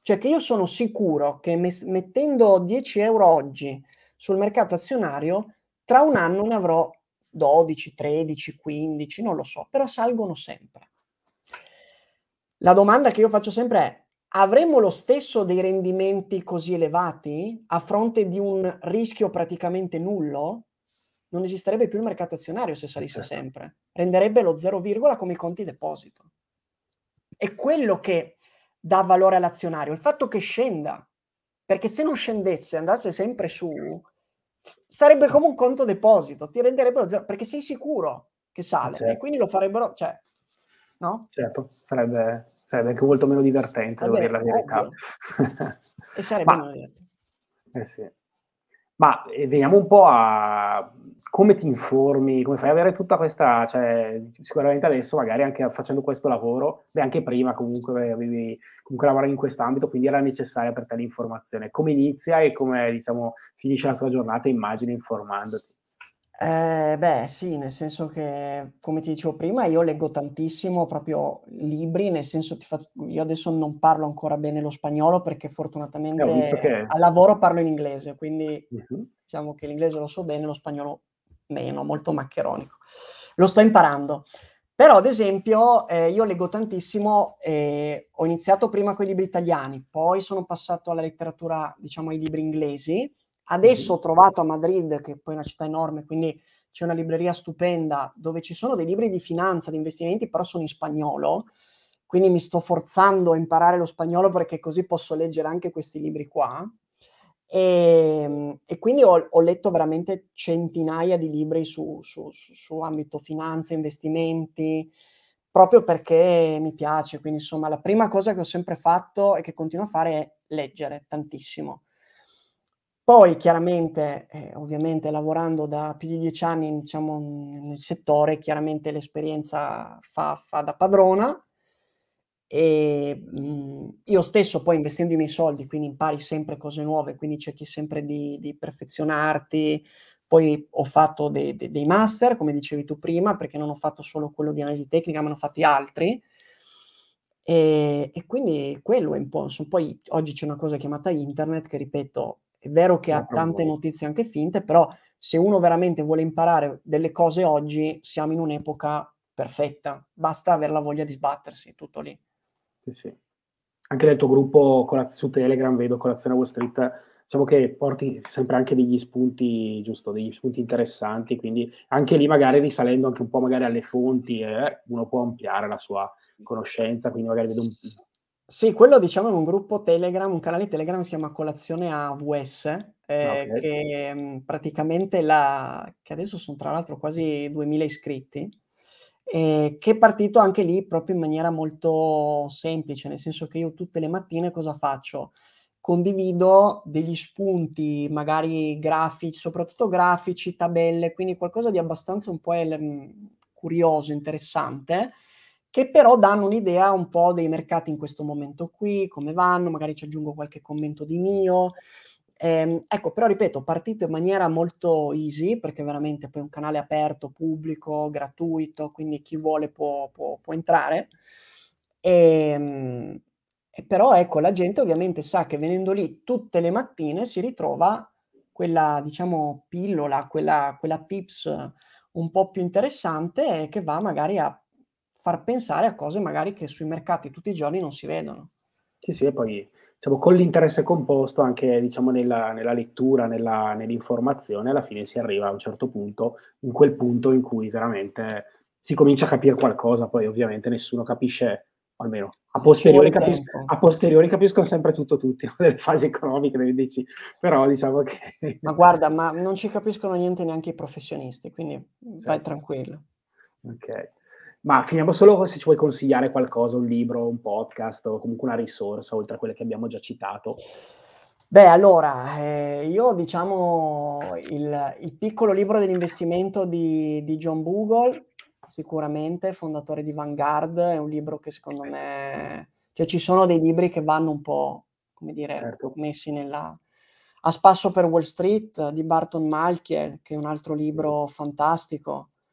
Speaker 3: Cioè che io sono sicuro che mettendo 10 euro oggi sul mercato azionario, tra un anno ne avrò 12, 13, 15, non lo so, però salgono sempre. La domanda che io faccio sempre è: avremo lo stesso dei rendimenti così elevati a fronte di un rischio praticamente nullo? Non esisterebbe più il mercato azionario se salisse
Speaker 2: Certo.
Speaker 3: sempre. Renderebbe lo 0, come i conti deposito. È quello che dà valore all'azionario, il fatto che scenda. Perché se non scendesse, andasse sempre su, sarebbe come un conto deposito, ti renderebbe lo 0, perché sei sicuro che sale, e
Speaker 2: Certo.
Speaker 3: quindi lo farebbero, cioè, no?
Speaker 2: Certo, sarebbe anche molto meno divertente, devo dire la verità.
Speaker 3: Ovvio. E sarebbe
Speaker 2: Ma
Speaker 3: meno divertente.
Speaker 2: sì. Ma veniamo un po' a come ti informi, come fai ad avere tutta questa, cioè sicuramente adesso magari anche facendo questo lavoro, beh anche prima comunque lavoravi in quest'ambito, quindi era necessaria per te l'informazione. Come inizia e come, diciamo, finisce la tua giornata, immagino, informandoti?
Speaker 3: Beh, sì, nel senso che, come ti dicevo prima, io leggo tantissimo proprio libri, nel senso io adesso non parlo ancora bene lo spagnolo perché
Speaker 2: Ho visto
Speaker 3: fortunatamente
Speaker 2: che
Speaker 3: al lavoro parlo in inglese, quindi
Speaker 2: mh-mh,
Speaker 3: diciamo che l'inglese lo so bene, lo spagnolo meno, molto maccheronico. Lo sto imparando. Però, ad esempio, io leggo tantissimo, ho iniziato prima coi libri italiani, poi sono passato alla letteratura, diciamo ai libri inglesi. Adesso
Speaker 2: mh-mh,
Speaker 3: ho trovato a Madrid, che poi è una città enorme, quindi c'è una libreria stupenda dove ci sono dei libri di finanza, di investimenti, però sono in spagnolo, quindi mi sto forzando a imparare lo spagnolo perché così posso leggere anche questi libri qua. E quindi ho letto veramente centinaia di libri su ambito finanza, investimenti, proprio perché mi piace. Quindi insomma la prima cosa che ho sempre fatto e che continuo a fare è leggere tantissimo. Poi chiaramente, ovviamente lavorando da più di 10 anni, diciamo, nel settore, chiaramente l'esperienza fa da padrona. Io stesso poi investendo i miei soldi, quindi impari sempre cose nuove, quindi cerchi sempre di perfezionarti. Poi ho fatto dei master, come dicevi tu prima, perché non ho fatto solo quello di analisi tecnica, ma ne ho fatti altri. E quindi quello è un po', poi oggi c'è una cosa chiamata internet che, ripeto, è vero che
Speaker 2: che
Speaker 3: ha
Speaker 2: apre un
Speaker 3: tante
Speaker 2: mondo.
Speaker 3: notizie anche finte, però se uno veramente vuole imparare delle cose oggi, siamo in un'epoca perfetta, basta aver la voglia di sbattersi, tutto lì.
Speaker 2: Sì, sì. Anche nel tuo gruppo su Telegram vedo Colazione Wall Street, diciamo che porti sempre anche degli spunti, giusto, degli spunti interessanti, quindi anche lì magari risalendo anche un po' magari alle fonti, uno può ampliare la sua conoscenza, quindi magari vedo un
Speaker 3: Sì, quello diciamo è un gruppo Telegram, un canale Telegram, si chiama Colazione AWS,
Speaker 2: okay,
Speaker 3: che, praticamente che adesso son tra l'altro quasi 2000 iscritti, che è partito anche lì proprio in maniera molto semplice, nel senso che io tutte le mattine cosa faccio? Condivido degli spunti, magari soprattutto grafici, tabelle, quindi qualcosa di abbastanza un po' curioso, interessante, che però danno un'idea un po' dei mercati in questo momento qui, come vanno, magari ci aggiungo qualche commento di mio. Ecco, però ripeto, partito in maniera molto easy, perché veramente poi è un canale aperto, pubblico, gratuito, quindi chi vuole può entrare. E però ecco, la gente ovviamente sa che venendo lì tutte le mattine si ritrova quella, diciamo, pillola, quella tips un po' più interessante che va magari a far pensare a cose magari che sui mercati tutti i giorni non si vedono.
Speaker 2: sì, sì, e poi diciamo con l'interesse composto anche diciamo nella lettura, nell'informazione, alla fine si arriva a un certo punto, in quel punto in cui veramente si comincia a capire qualcosa, poi ovviamente nessuno capisce, almeno
Speaker 3: Ci vuole tempo.
Speaker 2: a posteriori capiscono sempre tutto tutti, no, nelle fasi economiche, nelle indici, però diciamo che
Speaker 3: Ma guarda, ma non ci capiscono niente neanche i professionisti, quindi vai
Speaker 2: certo,
Speaker 3: tranquillo.
Speaker 2: okay. Ma finiamo solo se ci vuoi consigliare qualcosa, un libro, un podcast o comunque una risorsa oltre a quelle che abbiamo già citato.
Speaker 3: Beh, allora, io diciamo il piccolo libro dell'investimento di John Bogle, sicuramente, fondatore di Vanguard, è un libro che secondo me, cioè ci sono dei libri che vanno un po', come dire,
Speaker 2: Certo.
Speaker 3: messi nella A spasso per Wall Street di Barton Malkiel, che è un altro libro fantastico.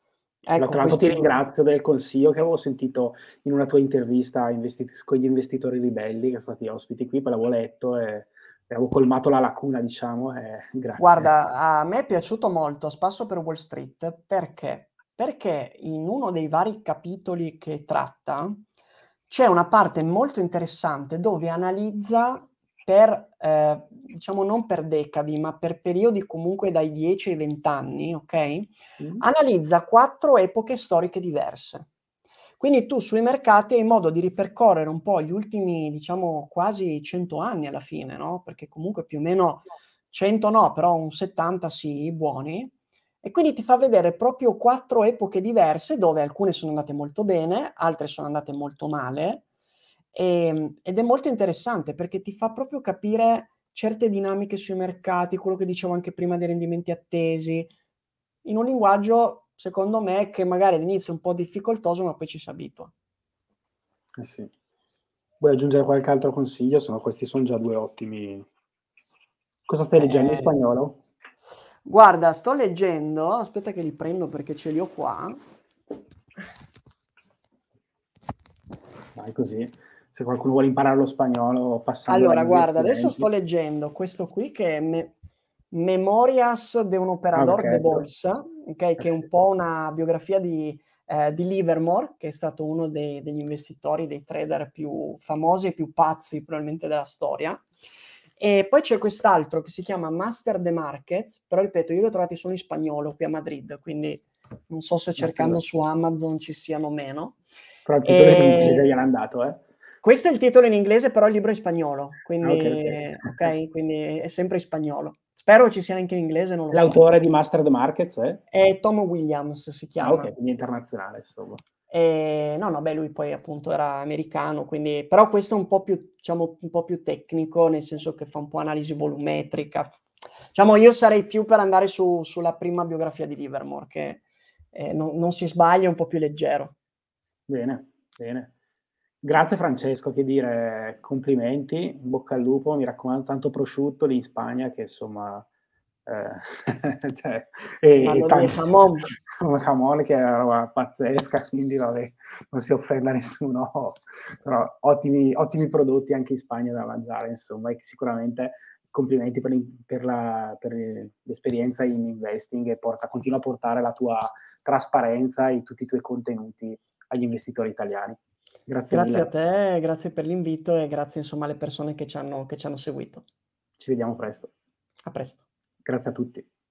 Speaker 2: Tra
Speaker 3: Ecco,
Speaker 2: l'altro ti
Speaker 3: questo
Speaker 2: ringrazio del consiglio che avevo sentito in una tua intervista con gli investitori ribelli, che sono stati ospiti qui, poi l'avevo letto e avevo colmato la lacuna, diciamo, e grazie.
Speaker 3: guarda, a me è piaciuto molto Spasso per Wall Street perché? Perché in uno dei vari capitoli che tratta c'è una parte molto interessante dove analizza per, diciamo non per decadi, ma per periodi comunque dai 10 ai 20 anni, ok?
Speaker 2: Mh.
Speaker 3: Analizza 4 epoche storiche diverse. Quindi tu sui mercati hai modo di ripercorrere un po' gli ultimi, diciamo, quasi 100 anni alla fine, no? Perché comunque più o meno 100 no, però un 70 sì, buoni. E quindi ti fa vedere proprio 4 epoche diverse dove alcune sono andate molto bene, altre sono andate molto male. Ed è molto interessante perché ti fa proprio capire certe dinamiche sui mercati, quello che dicevo anche prima dei rendimenti attesi, in un linguaggio, secondo me, che magari all'inizio è un po' difficoltoso, ma poi ci si abitua.
Speaker 2: Eh sì. Vuoi aggiungere qualche altro consiglio? Questi son già 2 ottimi. Cosa stai leggendo in
Speaker 3: Eh,
Speaker 2: spagnolo?
Speaker 3: guarda, sto leggendo, aspetta che li prendo perché ce li ho qua.
Speaker 2: Vai così. Se qualcuno vuole imparare lo spagnolo passando dagli
Speaker 3: Allora, guarda, adesso sto
Speaker 2: investimenti.
Speaker 3: leggendo questo qui che è Memorias de un operador de
Speaker 2: Okay,
Speaker 3: bolsa, okay, che è un
Speaker 2: sì.
Speaker 3: po' una biografia di Livermore, che è stato uno degli investitori, dei trader più famosi e più pazzi probabilmente della storia. E poi c'è quest'altro che si chiama Master the Markets, però ripeto, io li ho trovati solo in spagnolo qui a Madrid, quindi non so se cercando su Amazon ci siano meno.
Speaker 2: Però il titolo in inglese
Speaker 3: E
Speaker 2: gliel'han dato, eh?
Speaker 3: questo è il titolo in inglese, però il libro è in spagnolo,
Speaker 2: Ah, okay,
Speaker 3: quindi
Speaker 2: okay.
Speaker 3: okay, quindi è sempre in spagnolo. Spero ci sia anche in inglese, non lo so.
Speaker 2: L'autore di Master the Markets è?
Speaker 3: È Tom Williams si
Speaker 2: Ah,
Speaker 3: chiama.
Speaker 2: okay, quindi è internazionale insomma.
Speaker 3: No, no, beh, lui poi appunto era americano, quindi però questo è un po' più, diciamo, un po' più tecnico, nel senso che fa un po' analisi volumetrica. Diciamo, io sarei più per andare sulla prima biografia di Livermore, che non si sbaglia, è un po' più leggero.
Speaker 2: Bene, bene. Grazie Francesco, che dire, complimenti, in bocca al lupo, mi raccomando tanto prosciutto lì in Spagna che insomma, cioè e
Speaker 3: Parlo di
Speaker 2: tan
Speaker 3: Jamon.
Speaker 2: un jamon che è una roba pazzesca, quindi vabbè, non si offenda nessuno, però ottimi prodotti anche in Spagna da mangiare insomma, e che sicuramente complimenti per l'esperienza in investing e continua a portare la tua trasparenza e tutti i tuoi contenuti agli investitori italiani. Grazie
Speaker 3: Grazie a
Speaker 2: mille,
Speaker 3: te, grazie per l'invito e grazie insomma alle persone che ci hanno seguito.
Speaker 2: ci vediamo presto.
Speaker 3: A presto.
Speaker 2: Grazie a tutti.